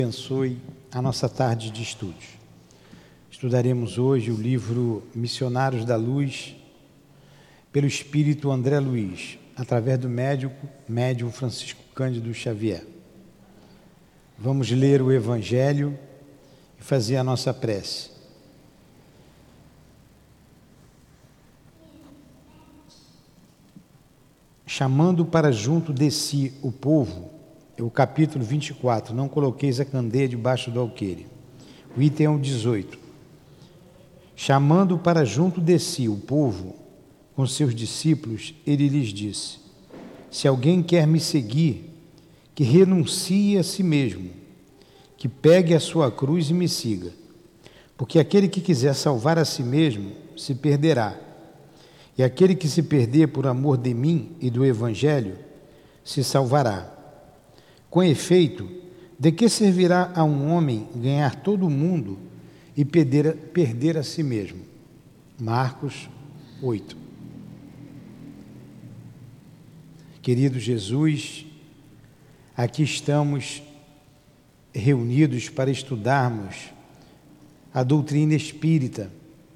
Abençoe a nossa tarde de estudos. Estudaremos hoje o livro Missionários da Luz, pelo Espírito André Luiz, através do médium Francisco Cândido Xavier. Vamos ler o Evangelho e fazer a nossa prece. Chamando para junto de si o povo, o capítulo 24, não coloqueis a candeia debaixo do alqueire. O item é o 18. Chamando para junto de si o povo, com seus discípulos, ele lhes disse: se alguém quer me seguir, que renuncie a si mesmo, que pegue a sua cruz e me siga. Porque aquele que quiser salvar a si mesmo, se perderá. E aquele que se perder por amor de mim e do Evangelho, se salvará. Com efeito, de que servirá a um homem ganhar todo o mundo e perder a si mesmo? Marcos 8. Querido Jesus, aqui estamos reunidos para estudarmos a doutrina espírita.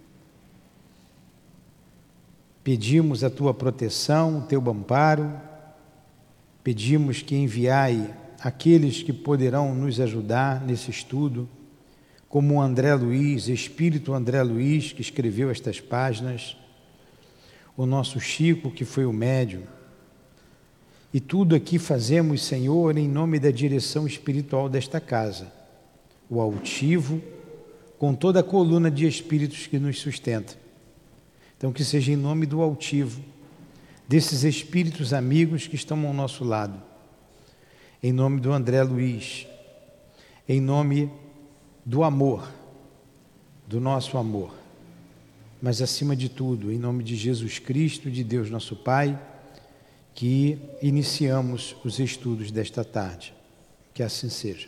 Pedimos a tua proteção, o teu amparo, pedimos que enviai aqueles que poderão nos ajudar nesse estudo, como o André Luiz, Espírito André Luiz, que escreveu estas páginas, o nosso Chico, que foi o médium. E tudo aqui fazemos, Senhor, em nome da direção espiritual desta casa, o altivo, com toda a coluna de espíritos que nos sustenta. Então, que seja em nome do altivo, desses espíritos amigos que estão ao nosso lado, em nome do André Luiz, em nome do amor, do nosso amor, mas acima de tudo, em nome de Jesus Cristo, de Deus nosso Pai, que iniciamos os estudos desta tarde. Que assim seja.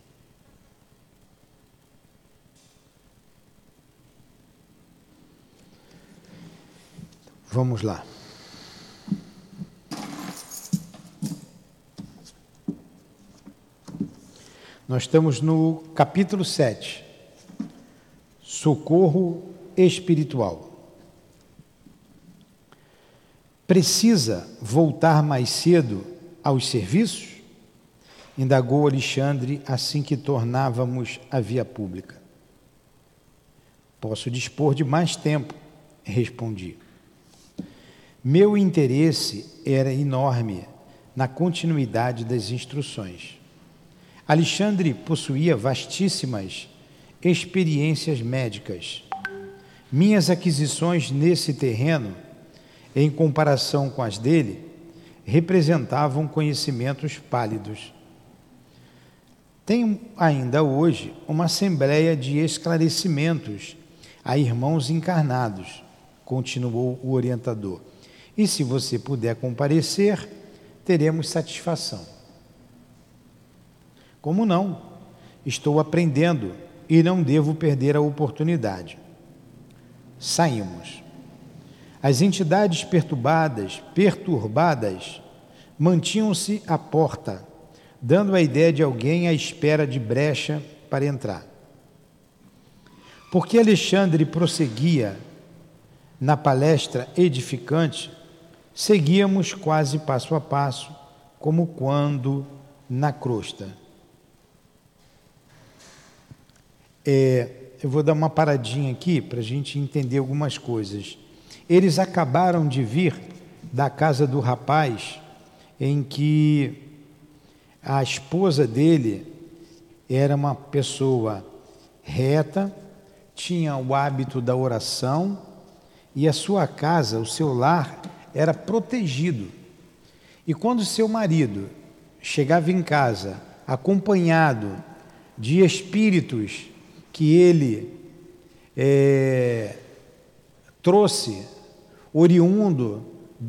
Vamos lá. Nós estamos no capítulo 7, Socorro Espiritual. Precisa voltar mais cedo aos serviços? Indagou Alexandre assim que tornávamos à via pública. Posso dispor de mais tempo, respondi. Meu interesse era enorme na continuidade das instruções. Alexandre possuía vastíssimas experiências médicas. Minhas aquisições nesse terreno, em comparação com as dele, representavam conhecimentos pálidos. Tenho ainda hoje uma assembleia de esclarecimentos a irmãos encarnados, continuou o orientador. E se você puder comparecer, teremos satisfação. Como não? Estou aprendendo e não devo perder a oportunidade. Saímos. As entidades perturbadas, mantinham-se à porta, dando a ideia de alguém à espera de brecha para entrar. Porque Alexandre prosseguia na palestra edificante, seguíamos quase passo a passo, como quando na crosta. Eu vou dar uma paradinha aqui para a gente entender algumas coisas. Eles acabaram de vir da casa do rapaz em que a esposa dele era uma pessoa reta, tinha o hábito da oração e a sua casa, o seu lar, era protegido. E quando seu marido chegava em casa acompanhado de espíritos que ele trouxe, oriundo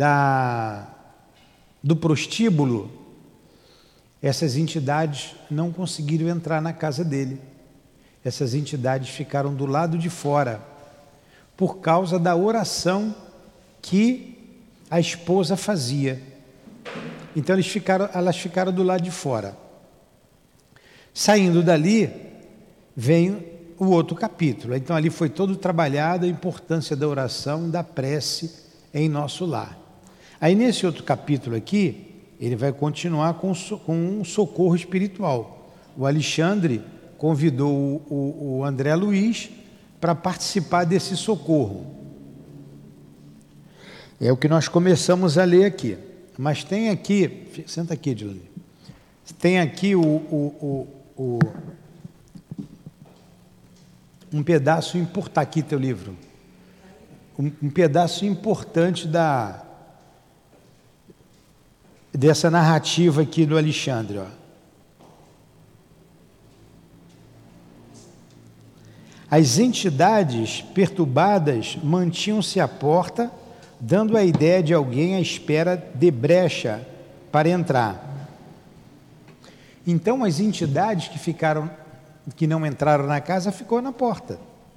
do prostíbulo, essas entidades não conseguiram entrar na casa dele. Essas entidades ficaram do lado de fora, por causa da oração que a esposa fazia. Então elas ficaram do lado de fora. Saindo dali, vem o outro capítulo. Então ali foi todo trabalhado a importância da oração, da prece em nosso lar. Aí nesse outro capítulo aqui, ele vai continuar com um socorro espiritual. O Alexandre convidou o André Luiz para participar desse socorro. É o que nós começamos a ler aqui. Mas tem aqui, senta aqui, Dilane. Tem aqui um pedaço importante, aqui teu livro, um pedaço importante dessa narrativa aqui do Alexandre, ó. As entidades perturbadas mantinham-se à porta, dando a ideia de alguém à espera de brecha para entrar. Então as entidades que não entraram na casa, ficou na porta.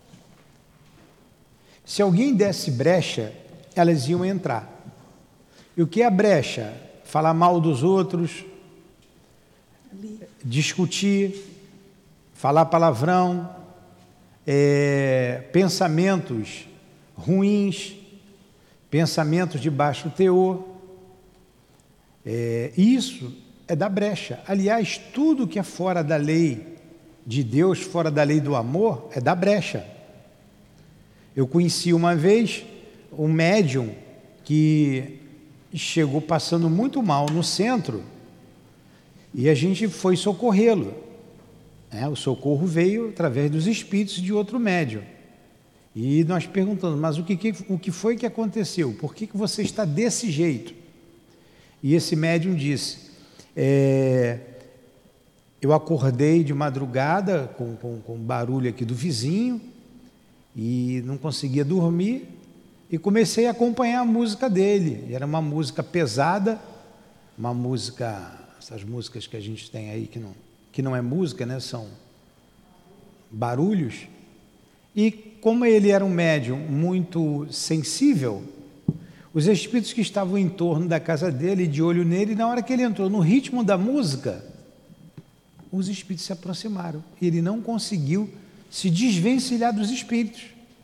Se alguém desse brecha, elas iam entrar. E o que é a brecha? Falar mal dos outros, discutir, falar palavrão, pensamentos ruins, pensamentos de baixo teor. Isso é da brecha. Aliás, tudo que é fora da lei de Deus, fora da lei do amor, é da brecha. Eu conheci uma vez um médium que chegou passando muito mal no centro e a gente foi socorrê-lo. O socorro veio através dos espíritos de outro médium. E nós perguntamos, mas o que foi que aconteceu? Por que você está desse jeito? E esse médium disse, eu acordei de madrugada com barulho aqui do vizinho e não conseguia dormir e comecei a acompanhar a música dele. E era uma música pesada, uma música, essas músicas que a gente tem aí que não é música, né? São barulhos. E como ele era um médium muito sensível, os espíritos que estavam em torno da casa dele, de olho nele, na hora que ele entrou no ritmo da música, os espíritos se aproximaram. E ele não conseguiu se desvencilhar dos espíritos.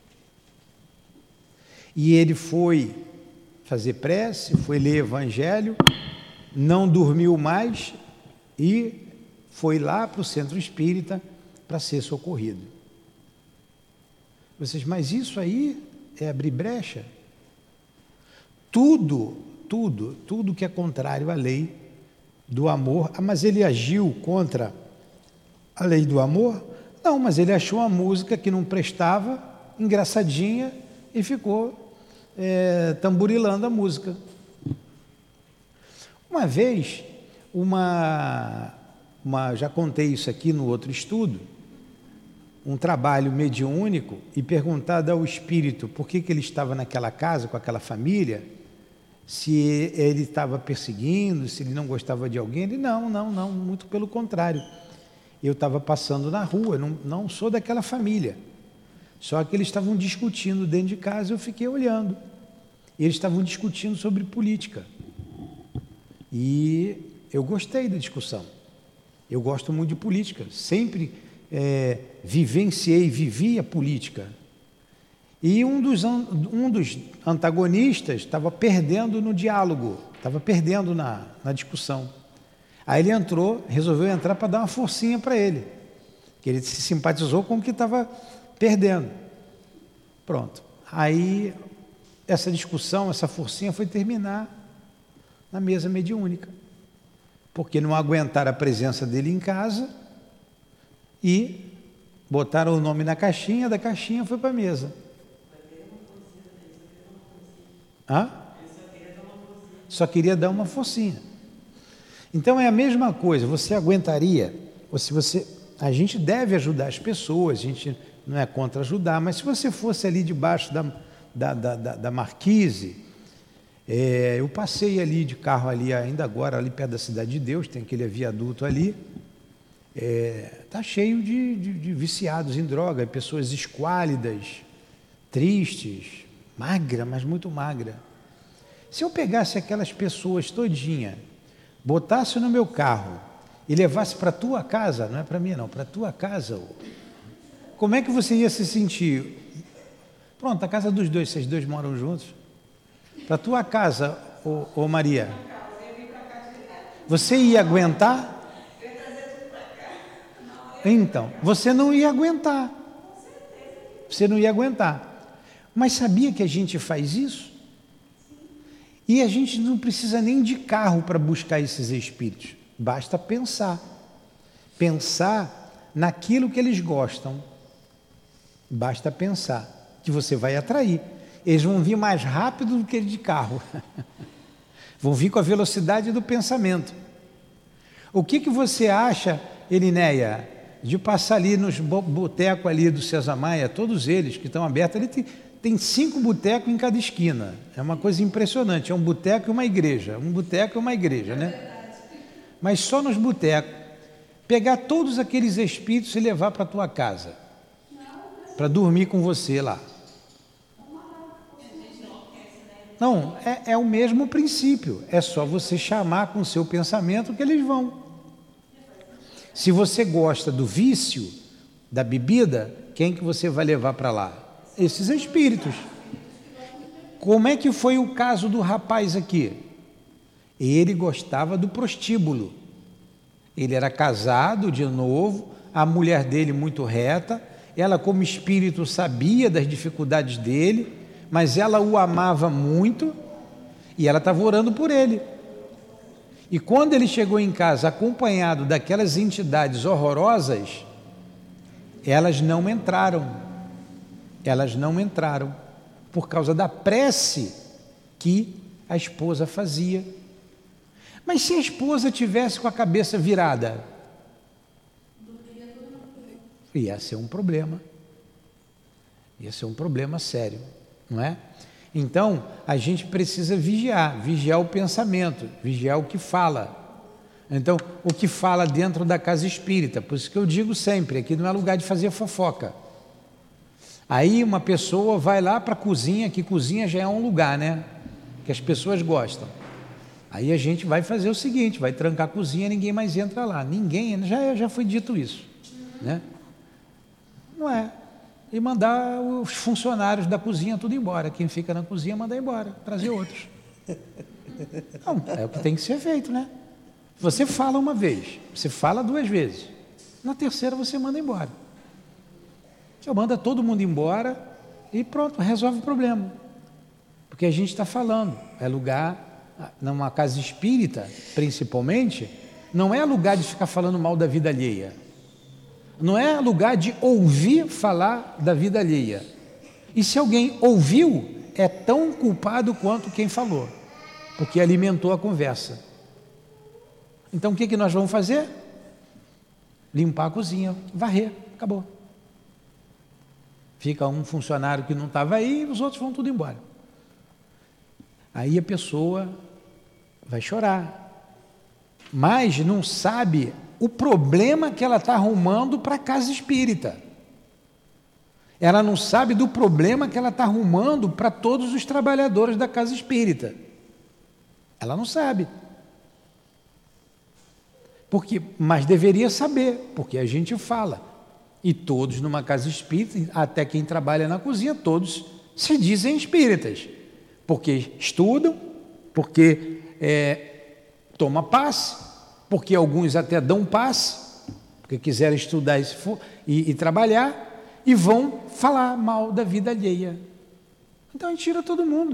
E ele foi fazer prece, foi ler evangelho, não dormiu mais e foi lá para o centro espírita para ser socorrido. Mas isso aí é abrir brecha? Tudo que é contrário à lei do amor. Mas ele agiu contra a lei do amor? Não, mas ele achou uma música que não prestava, engraçadinha, e ficou tamborilando a música. Uma vez, já contei isso aqui no outro estudo, um trabalho mediúnico, e perguntado ao espírito por que ele estava naquela casa com aquela família, se ele estava perseguindo, se ele não gostava de alguém. Ele, não, muito pelo contrário. Eu estava passando na rua, não sou daquela família. Só que eles estavam discutindo dentro de casa, eu fiquei olhando. Eles estavam discutindo sobre política. E eu gostei da discussão. Eu gosto muito de política, sempre vivi a política. E um dos antagonistas estava perdendo no diálogo, estava perdendo na discussão. Aí ele resolveu entrar para dar uma forcinha para ele, que ele se simpatizou com o que estava perdendo. Pronto. Aí essa discussão, essa forcinha foi terminar na mesa mediúnica, porque não aguentaram a presença dele em casa e botaram o nome na caixinha, da caixinha foi para a mesa. Só queria dar uma forcinha. Então é a mesma coisa, você aguentaria, a gente deve ajudar as pessoas, a gente não é contra ajudar, mas se você fosse ali debaixo da marquise, eu passei ali de carro ali, ainda agora, ali perto da Cidade de Deus, tem aquele viaduto ali, está cheio de viciados em droga, pessoas esquálidas, tristes, magra, mas muito magra. Se eu pegasse aquelas pessoas todinha, botasse no meu carro e levasse para a tua casa, não é para mim não, para a tua casa, como é que você ia se sentir? Pronto, a casa dos dois, vocês dois moram juntos. Para a tua casa, ô Maria, você ia aguentar? Então, você não ia aguentar. Você não ia aguentar. Mas sabia que a gente faz isso? E a gente não precisa nem de carro para buscar esses espíritos. Basta pensar. Pensar naquilo que eles gostam. Basta pensar que você vai atrair. Eles vão vir mais rápido do que de carro. Vão vir com a velocidade do pensamento. O que você acha, Elinéia, de passar ali nos botecos ali do César Maia, todos eles que estão abertos, ali tem 5 botecos em cada esquina. É uma coisa impressionante, é um boteco e uma igreja. Um boteco e uma igreja, né? Mas só nos botecos. Pegar todos aqueles espíritos e levar para a tua casa. Para dormir com você lá. Não, é o mesmo princípio. É só você chamar com o seu pensamento que eles vão. Se você gosta do vício, da bebida, quem que você vai levar para lá? Esses espíritos. Como é que foi o caso do rapaz aqui? Ele gostava do prostíbulo. Ele era casado de novo, a mulher dele muito reta, ela como espírito sabia das dificuldades dele, mas ela o amava muito e ela estava orando por ele. E quando ele chegou em casa acompanhado daquelas entidades horrorosas, elas não entraram. Elas não entraram por causa da prece que a esposa fazia. Mas se a esposa tivesse com a cabeça virada, ia ser um problema. Ia ser um problema sério, não é? Então, a gente precisa vigiar o pensamento, vigiar o que fala. Então, o que fala dentro da casa espírita, por isso que eu digo sempre, aqui não é lugar de fazer fofoca. Aí uma pessoa vai lá para a cozinha, que cozinha já é um lugar, né? Que as pessoas gostam. Aí a gente vai fazer o seguinte, vai trancar a cozinha, ninguém mais entra lá. Ninguém, já foi dito isso, né? Não é? E mandar os funcionários da cozinha tudo embora. Quem fica na cozinha manda embora, trazer outros. Não, é o que tem que ser feito, né? Você fala uma vez, você fala 2 vezes. Na terceira você manda embora. Você manda todo mundo embora e pronto, resolve o problema. Porque a gente está falando, é lugar, numa casa espírita, principalmente, não é lugar de ficar falando mal da vida alheia. Não é lugar de ouvir falar da vida alheia. E se alguém ouviu, é tão culpado quanto quem falou, porque alimentou a conversa. Então o que nós vamos fazer? Limpar a cozinha, varrer, acabou. Fica um funcionário que não estava aí e os outros vão tudo embora. Aí a pessoa vai chorar, mas não sabe o problema que ela está arrumando para a casa espírita. Ela não sabe do problema que ela está arrumando para todos os trabalhadores da casa espírita. Ela não sabe. Mas deveria saber, porque a gente fala. E todos numa casa espírita, até quem trabalha na cozinha, todos se dizem espíritas. Porque estudam, porque tomam passe, porque alguns até dão passe, porque quiserem estudar e trabalhar, e vão falar mal da vida alheia. Então a gente tira todo mundo.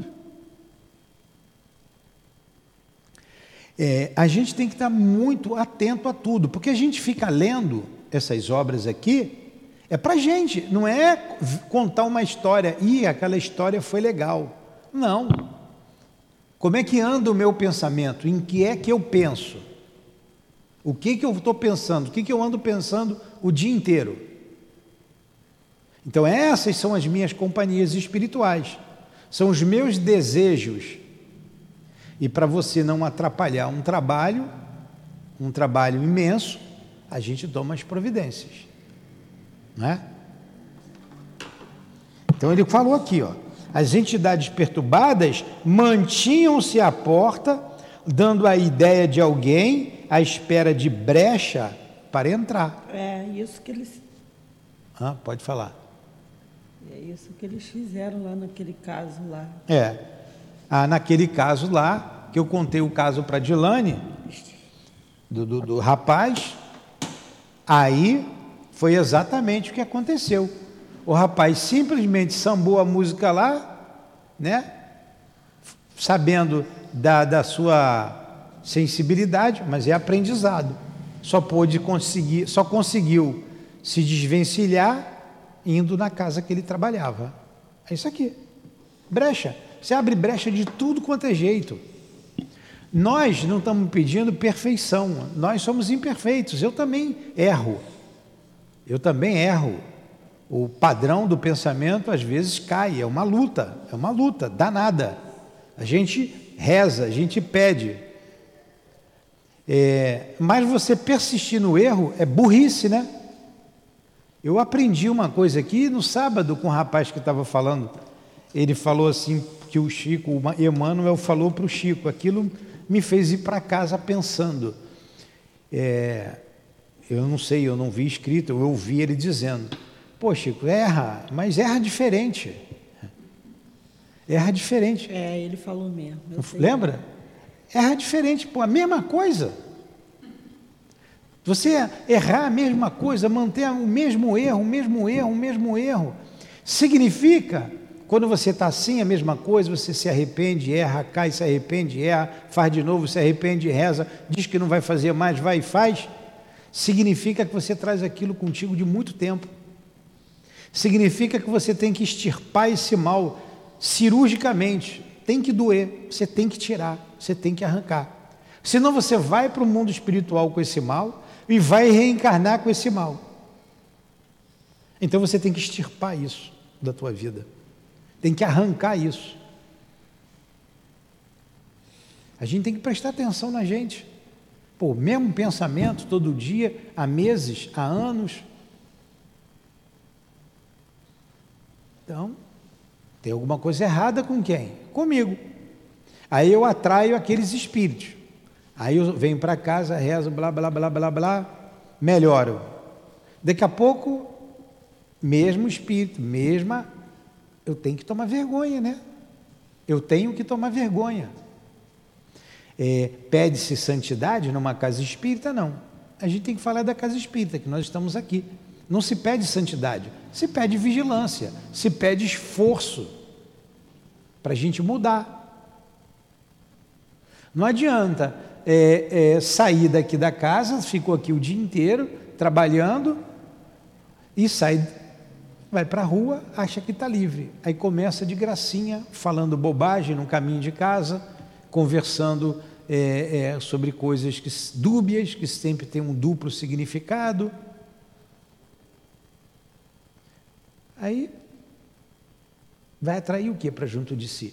A gente tem que estar muito atento a tudo, porque a gente fica lendo essas obras aqui, é para a gente, não é contar uma história, aquela história foi legal. Não. Como é que anda o meu pensamento? Em que é que eu penso? O que eu estou pensando? O que eu ando pensando o dia inteiro? Então essas são as minhas companhias espirituais, são os meus desejos. E para você não atrapalhar um trabalho imenso, a gente toma as providências, não é? Então ele falou aqui, as entidades perturbadas mantinham-se à porta, dando a ideia de alguém à espera de brecha para entrar. É isso que eles... Pode falar. É isso que eles fizeram lá naquele caso lá. Naquele caso lá, que eu contei o caso para a Dilane, do rapaz, aí foi exatamente o que aconteceu. O rapaz simplesmente sambou a música lá, né? Sabendo da sua sensibilidade, mas é aprendizado. Só conseguiu se desvencilhar indo na casa que ele trabalhava. É isso aqui. Brecha. Você abre brecha de tudo quanto é jeito. Nós não estamos pedindo perfeição. Nós somos imperfeitos. Eu também erro. O padrão do pensamento às vezes cai. É uma luta danada. A gente reza, a gente pede. Mas você persistir no erro é burrice, né? Eu aprendi uma coisa aqui no sábado com um rapaz que estava falando. Ele falou assim que o Emmanuel falou para o Chico. Aquilo me fez ir para casa pensando. Eu não sei, eu não vi escrito, eu ouvi ele dizendo: pô, Chico, erra, mas erra diferente. Erra diferente. Ele falou mesmo. Lembra? Erra diferente, pô, a mesma coisa. Você errar a mesma coisa, manter o mesmo erro, significa, quando você está assim, a mesma coisa, você se arrepende, erra, cai, se arrepende, erra, faz de novo, se arrepende, reza, diz que não vai fazer mais, vai e faz, significa que você traz aquilo contigo de muito tempo. Significa que você tem que extirpar esse mal cirurgicamente, tem que doer, você tem que tirar, você tem que arrancar. Senão você vai para o mundo espiritual com esse mal e vai reencarnar com esse mal. Então você tem que extirpar isso da tua vida. Tem que arrancar isso. A gente tem que prestar atenção na gente. Pô, mesmo pensamento todo dia, há meses, há anos. Então, tem alguma coisa errada com quem? Comigo. Aí eu atraio aqueles espíritos. Aí eu venho para casa, rezo, blá, blá, blá, blá, blá, melhoro. Daqui a pouco, mesmo espírito, eu tenho que tomar vergonha, né? Eu tenho que tomar vergonha. Pede-se santidade numa casa espírita? Não. A gente tem que falar da casa espírita, que nós estamos aqui. Não se pede santidade, se pede vigilância, se pede esforço para a gente mudar. Não adianta sair daqui da casa, ficou aqui o dia inteiro trabalhando e vai para a rua, acha que está livre. Aí começa de gracinha, falando bobagem no caminho de casa, conversando sobre coisas dúbias, que sempre tem um duplo significado. Aí vai atrair o que para junto de si?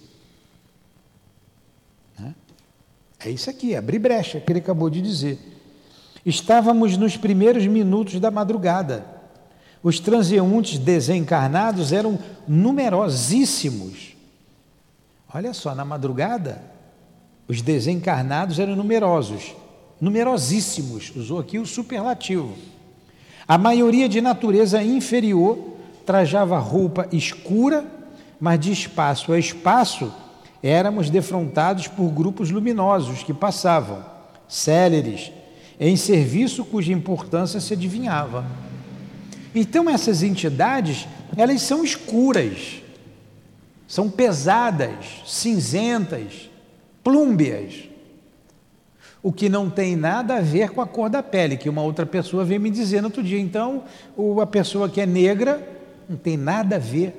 É isso aqui, abrir brecha, que ele acabou de dizer. Estávamos nos primeiros minutos da madrugada. Os transeuntes desencarnados eram numerosíssimos. Olha só, na madrugada, os desencarnados eram numerosíssimos, usou aqui o superlativo. A maioria de natureza inferior trajava roupa escura, mas de espaço a espaço éramos defrontados por grupos luminosos que passavam, céleres, em serviço cuja importância se adivinhava. Então essas entidades, elas são escuras, são pesadas, cinzentas, plúmbeas, o que não tem nada a ver com a cor da pele, que uma outra pessoa veio me dizer no outro dia. Então, a pessoa que é negra, não tem nada a ver,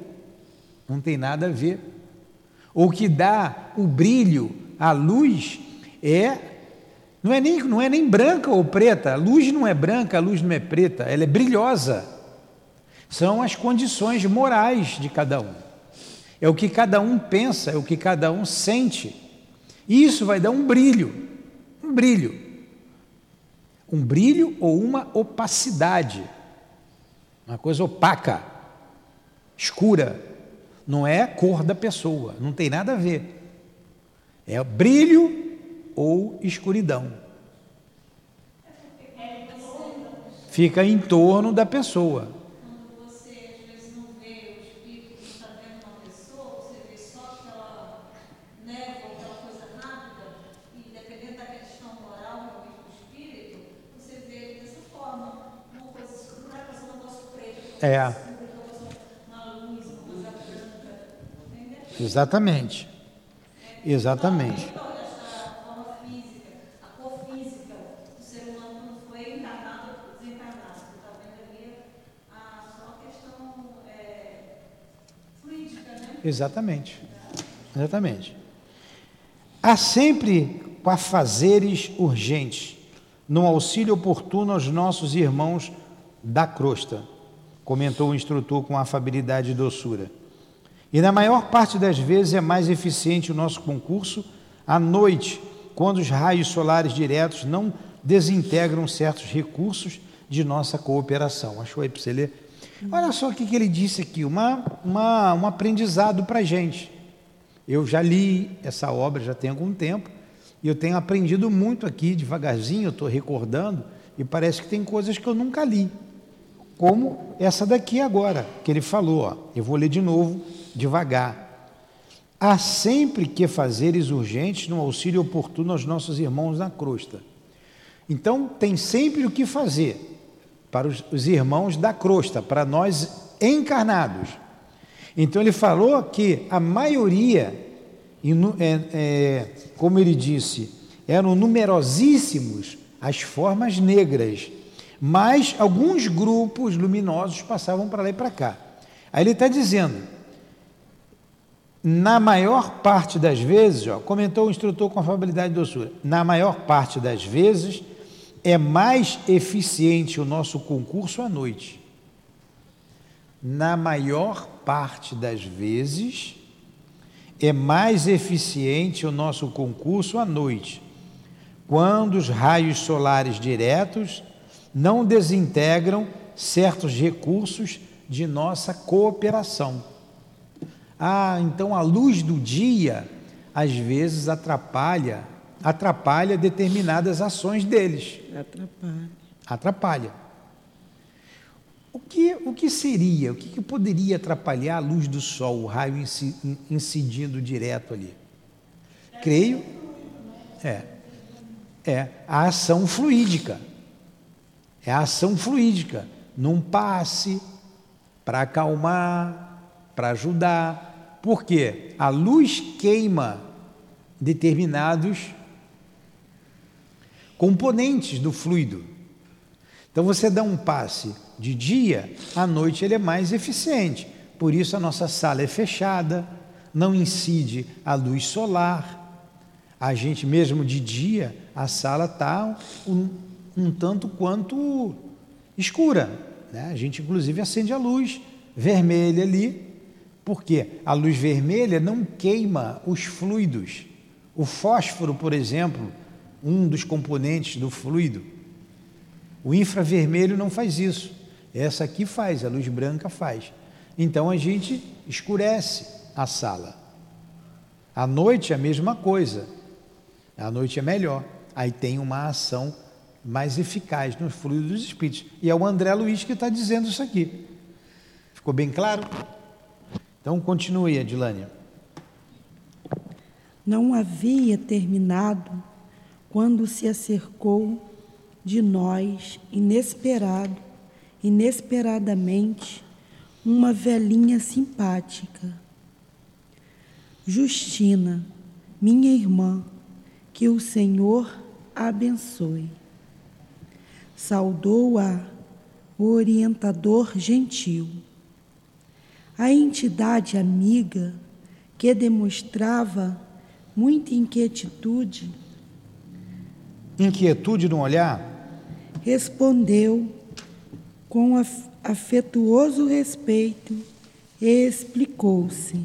O que dá o brilho, a luz, não é nem branca ou preta, a luz não é branca, a luz não é preta, ela é brilhosa. São as condições morais de cada um. É o que cada um pensa, é o que cada um sente. E isso vai dar um brilho ou uma opacidade, uma coisa opaca, escura. Não é a cor da pessoa, não tem nada a ver. É brilho ou escuridão. fica em torno da pessoa. Quando você às vezes não vê o espírito que está vendo uma pessoa, você vê só aquela névoa, aquela coisa rápida, e dependendo da questão moral realmente do espírito, você vê ele dessa forma, uma coisa escura, passando um negócio preto, uma luz, uma coisa branca, entendeu? Exatamente. Exatamente. Essa forma física, a cor física do ser humano quando foi encarnado ou desencarnado. Você está vendo ali só a questão fluídica, né? Exatamente. Exatamente. Há sempre afazeres urgentes, no auxílio oportuno aos nossos irmãos da crosta, comentou o instrutor com afabilidade e doçura. E na maior parte das vezes é mais eficiente o nosso concurso à noite, quando os raios solares diretos não desintegram certos recursos de nossa cooperação. Achou aí para você ler? Olha só o que ele disse aqui, um aprendizado para a gente. Eu já li essa obra já tem algum tempo, e eu tenho aprendido muito aqui, devagarzinho, eu estou recordando, e parece que tem coisas que eu nunca li, como essa daqui agora, que ele falou, ó, eu vou ler de novo, devagar. Há sempre que fazeres urgentes no auxílio oportuno aos nossos irmãos na crosta. Então, tem sempre o que fazer para os irmãos da crosta, para nós encarnados. Então, ele falou que a maioria, como ele disse, eram numerosíssimos as formas negras, mas alguns grupos luminosos passavam para lá e para cá. Aí ele está dizendo, na maior parte das vezes, ó, comentou o instrutor com afabilidade e doçura, na maior parte das vezes é mais eficiente o nosso concurso à noite. Na maior parte das vezes é mais eficiente o nosso concurso à noite, quando os raios solares diretos não desintegram certos recursos de nossa cooperação. Então a luz do dia, às vezes, atrapalha determinadas ações deles. Atrapalha. O que seria, o que poderia atrapalhar a luz do sol, o raio incidindo direto ali? Creio, a ação fluídica. É a ação fluídica, num passe, para acalmar, para ajudar. Por quê? A luz queima determinados componentes do fluido. Então você dá um passe de dia, à noite ele é mais eficiente. Por isso a nossa sala é fechada, não incide a luz solar. A gente mesmo de dia, a sala está um tanto quanto escura, né? A gente inclusive acende a luz vermelha ali, porque a luz vermelha não queima os fluidos. O fósforo, por exemplo, um dos componentes do fluido, o infravermelho não faz isso. Essa aqui faz, a luz branca faz. Então a gente escurece a sala. À noite é a mesma coisa. À noite é melhor. Aí tem uma ação mais eficaz no fluido dos espíritos. E é o André Luiz que está dizendo isso aqui. Ficou bem claro? Então continue, Adilânia. Não havia terminado quando se acercou de nós, inesperadamente, uma velhinha simpática. Justina, minha irmã, que o Senhor a abençoe. Saudou-a o orientador gentil. A entidade amiga, que demonstrava muita inquietude no olhar, respondeu com afetuoso respeito e explicou-se.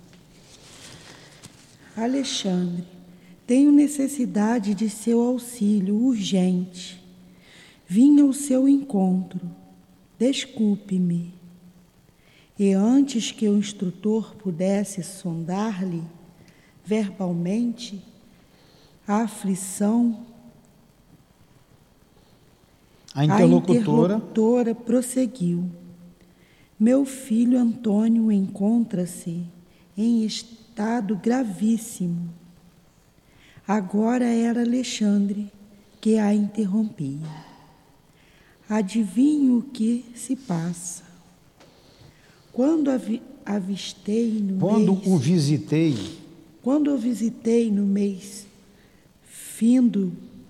Alexandre, tenho necessidade de seu auxílio urgente. Vim ao seu encontro. Desculpe-me. E antes que o instrutor pudesse sondar-lhe verbalmente a aflição A interlocutora prosseguiu: meu filho Antônio encontra-se em estado gravíssimo. Agora era Alexandre que a interrompia. Adivinho o que se passa. Quando o visitei no mês findo,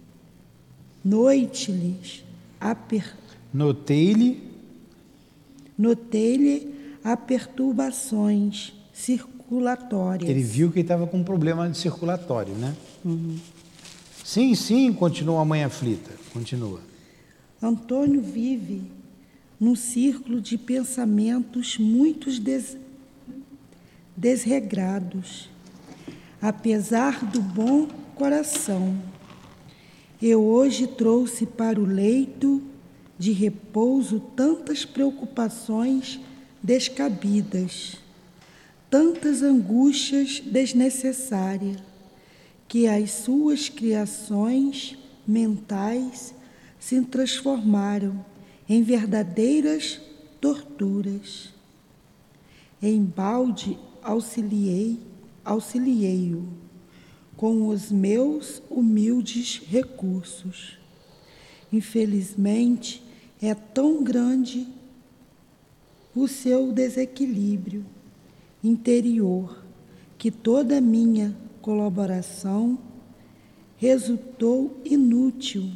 notei-lhe a perturbações circulatórias. Ele viu que ele estava com um problema de circulatório, né? Uhum. Sim, continuou a mãe aflita. Continua. Antônio vive num círculo de pensamentos muito desregrados. Apesar do bom coração, eu hoje trouxe para o leito de repouso tantas preocupações descabidas, tantas angústias desnecessárias, que as suas criações mentais se transformaram em verdadeiras torturas. Embalde auxiliei-o com os meus humildes recursos. Infelizmente, é tão grande o seu desequilíbrio interior que toda minha colaboração resultou inútil,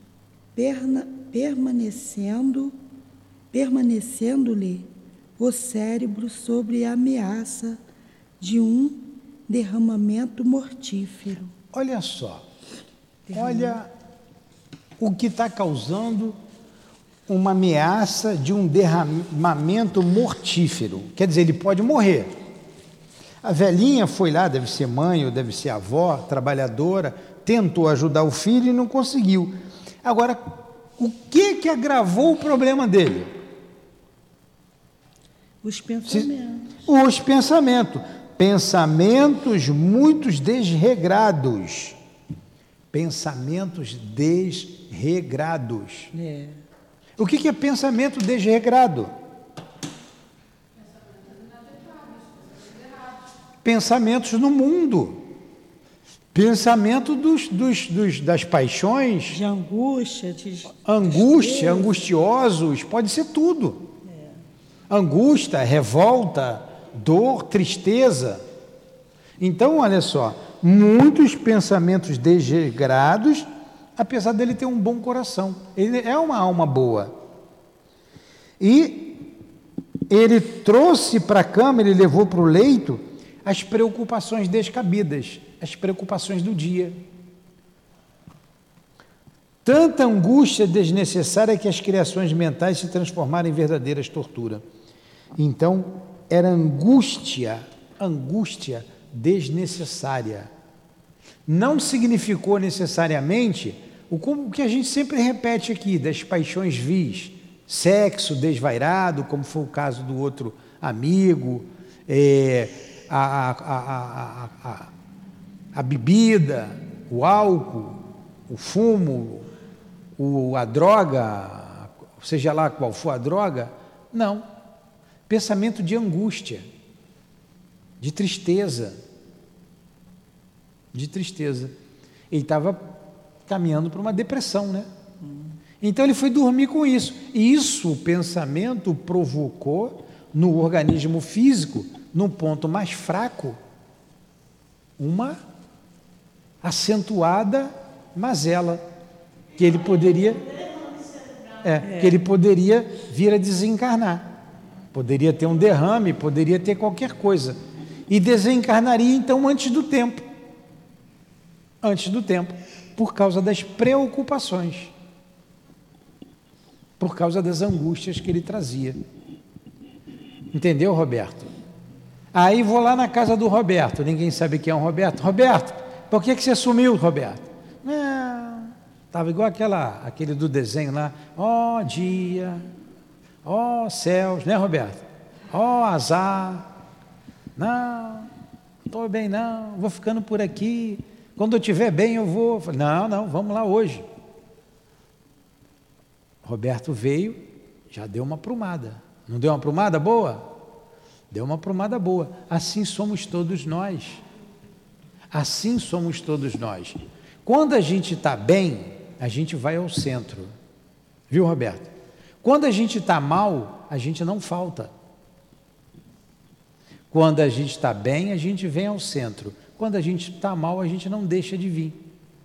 permanecendo-lhe o cérebro sob a ameaça de um derramamento mortífero. Olha só, olha o que está causando uma ameaça de um derramamento mortífero. Quer dizer, ele pode morrer. A velhinha foi lá, deve ser mãe ou deve ser avó, trabalhadora, tentou ajudar o filho e não conseguiu. Agora, o que agravou o problema dele? Os pensamentos. Os pensamentos. Pensamentos muito desregrados. Pensamentos desregrados. É. O que é pensamento desregrado? Pensamentos no mundo. Pensamento das paixões. De angústia. Angustiosos, pode ser tudo. Angústia, revolta, dor, tristeza. Então, olha só, muitos pensamentos desregrados, apesar dele ter um bom coração. Ele é uma alma boa. E ele trouxe para a cama, ele levou para o leito as preocupações descabidas, as preocupações do dia. Tanta angústia desnecessária que as criações mentais se transformaram em verdadeiras torturas. Então, era angústia desnecessária. Não significou necessariamente o que a gente sempre repete aqui, das paixões vis, sexo desvairado, como foi o caso do outro amigo, a bebida, o álcool, o fumo, a droga, seja lá qual for a droga. Não. Pensamento de angústia, de tristeza. Ele estava caminhando para uma depressão, né? Então ele foi dormir com isso. E isso, o pensamento provocou no organismo físico, no ponto mais fraco, uma acentuada mazela, que ele poderia vir a desencarnar. Poderia ter um derrame, poderia ter qualquer coisa. E desencarnaria então antes do tempo, por causa das preocupações, por causa das angústias que ele trazia. Entendeu, Roberto? Aí vou lá na casa do Roberto, ninguém sabe quem é o Roberto. Roberto, por que você sumiu, Roberto? Não, estava igual aquele do desenho lá, ó dia, ó céus, né, Roberto? Ó azar, não estou bem não, vou ficando por aqui, quando eu estiver bem eu vou. Não, vamos lá hoje. Roberto veio, já deu uma aprumada. Não deu uma aprumada boa? Deu uma aprumada boa. Assim somos todos nós. Assim somos todos nós. Quando a gente está bem, a gente vai ao centro. Viu, Roberto? Quando a gente está mal, a gente não falta. Quando a gente está bem, a gente vem ao centro. Quando a gente está mal, a gente não deixa de vir.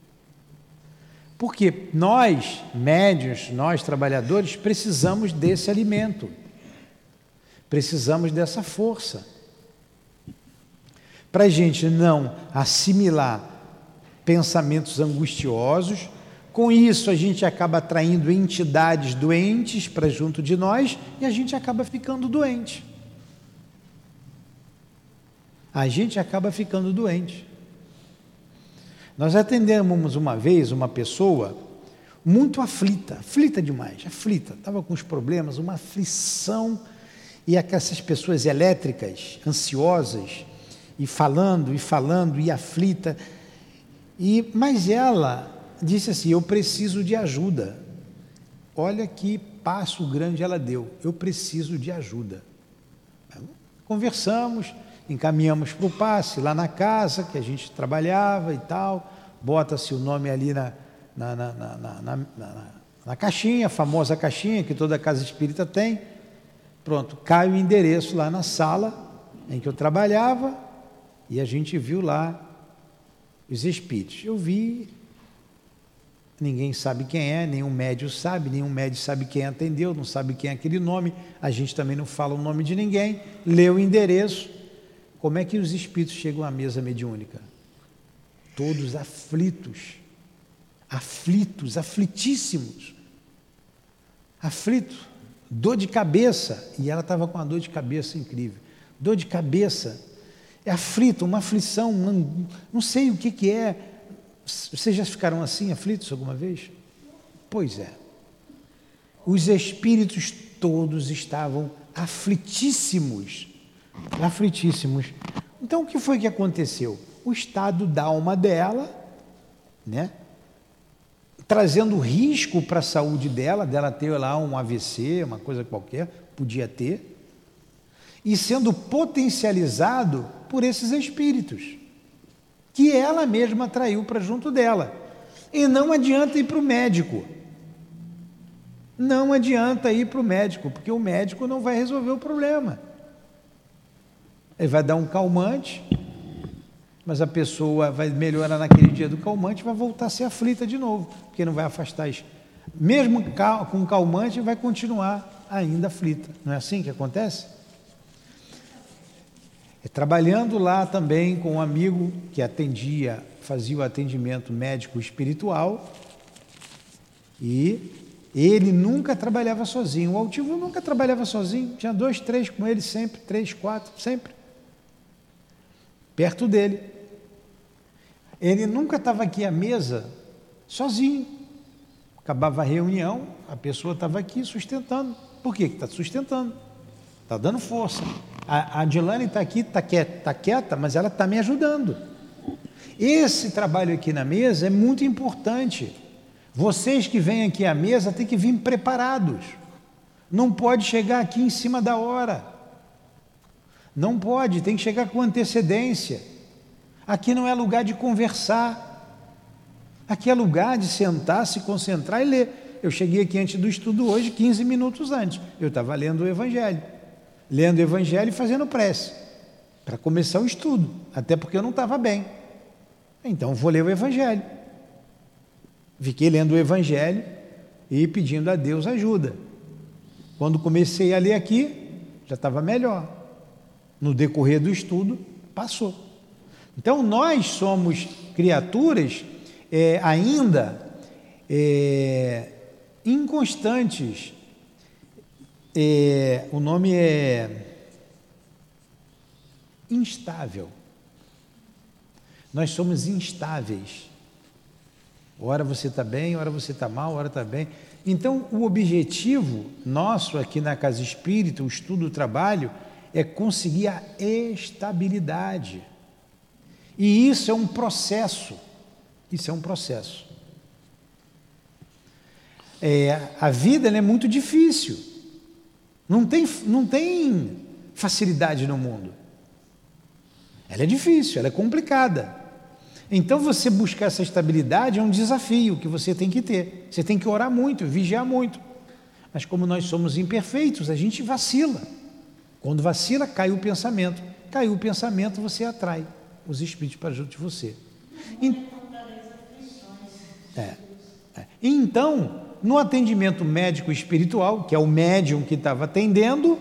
Porque nós, médiuns, nós trabalhadores, precisamos desse alimento. Precisamos dessa força. Para a gente não assimilar pensamentos angustiosos, com isso a gente acaba atraindo entidades doentes para junto de nós e a gente acaba ficando doente. A gente acaba ficando doente. Nós atendemos uma vez uma pessoa muito aflita demais, estava com os problemas, uma aflição, e essas pessoas elétricas, ansiosas, e falando, e aflita, mas ela disse assim, eu preciso de ajuda. Olha que passo grande ela deu, eu preciso de ajuda. Conversamos, encaminhamos para o passe, lá na casa que a gente trabalhava e tal, bota-se o nome ali na caixinha, a famosa caixinha que toda casa espírita tem, pronto, cai o endereço lá na sala em que eu trabalhava e a gente viu lá os espíritos. Eu vi, ninguém sabe quem é, nenhum médium sabe quem atendeu, não sabe quem é aquele nome, a gente também não fala o nome de ninguém, lê o endereço. Como é que os espíritos chegam à mesa mediúnica? Todos aflitíssimos, dor de cabeça, e ela estava com uma dor de cabeça incrível, dor de cabeça, é aflito, uma aflição, não sei o que é. Vocês já ficaram assim, aflitos alguma vez? Pois é, os espíritos todos estavam aflitíssimos. Então o que foi que aconteceu? O estado da alma dela, né, trazendo risco para a saúde dela ter lá um AVC, uma coisa qualquer, podia ter, e sendo potencializado por esses espíritos, que ela mesma atraiu para junto dela. E não adianta ir para o médico. Não adianta ir para o médico, porque o médico não vai resolver o problema. Ele vai dar um calmante, mas a pessoa vai melhorar naquele dia do calmante e vai voltar a ser aflita de novo, porque não vai afastar isso. Mesmo com calmante, vai continuar ainda aflita. Não é assim que acontece? Trabalhando lá também com um amigo que fazia o atendimento médico espiritual, e ele nunca trabalhava sozinho. O altivo nunca trabalhava sozinho, tinha 2, 3 com ele sempre, 3, 4, sempre perto dele. Ele nunca estava aqui à mesa sozinho. Acabava a reunião, a pessoa estava aqui sustentando. Por quê? Que está sustentando, está dando força. A Adilane está aqui, está quieta, mas ela está me ajudando. Esse trabalho aqui na mesa é muito importante. Vocês que vêm aqui à mesa têm que vir preparados. Não pode chegar aqui em cima da hora. Não pode, tem que chegar com antecedência. Aqui não é lugar de conversar. Aqui é lugar de sentar, se concentrar e ler. Eu cheguei aqui antes do estudo hoje, 15 minutos antes. Eu estava lendo o Evangelho. Lendo o Evangelho e fazendo prece. Para começar o estudo. Até porque eu não estava bem. Então vou ler o Evangelho. Fiquei lendo o Evangelho e pedindo a Deus ajuda. Quando comecei a ler aqui, já estava melhor. No decorrer do estudo, passou. Então, nós somos criaturas ainda inconstantes. O nome é instável. Nós somos instáveis. Ora você está bem, ora você está mal, ora está bem. Então, o objetivo nosso aqui na Casa Espírita, o estudo, o trabalho, é conseguir a estabilidade. E isso é um processo. A vida ela é muito difícil. Não tem facilidade no mundo. Ela é difícil, ela é complicada. Então você buscar essa estabilidade é um desafio que você tem que ter. Você tem que orar muito, vigiar muito. Mas como nós somos imperfeitos, a gente vacila. Quando vacila, cai o pensamento. Caiu o pensamento, você atrai os espíritos para junto de você. Então, no atendimento médico espiritual, que é o médium que estava atendendo,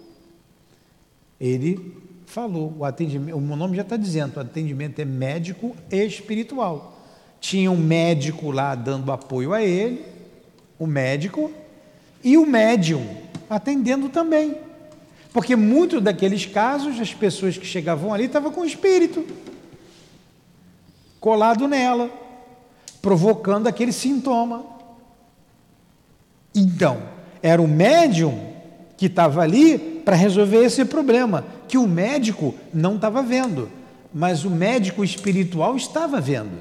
ele falou, o nome já está dizendo, o atendimento é médico e espiritual. Tinha um médico lá dando apoio a ele, o médico, e o médium atendendo também. Porque muitos daqueles casos, as pessoas que chegavam ali estavam com o espírito colado nela, provocando aquele sintoma. Então, era o médium que estava ali para resolver esse problema, que o médico não estava vendo, mas o médico espiritual estava vendo.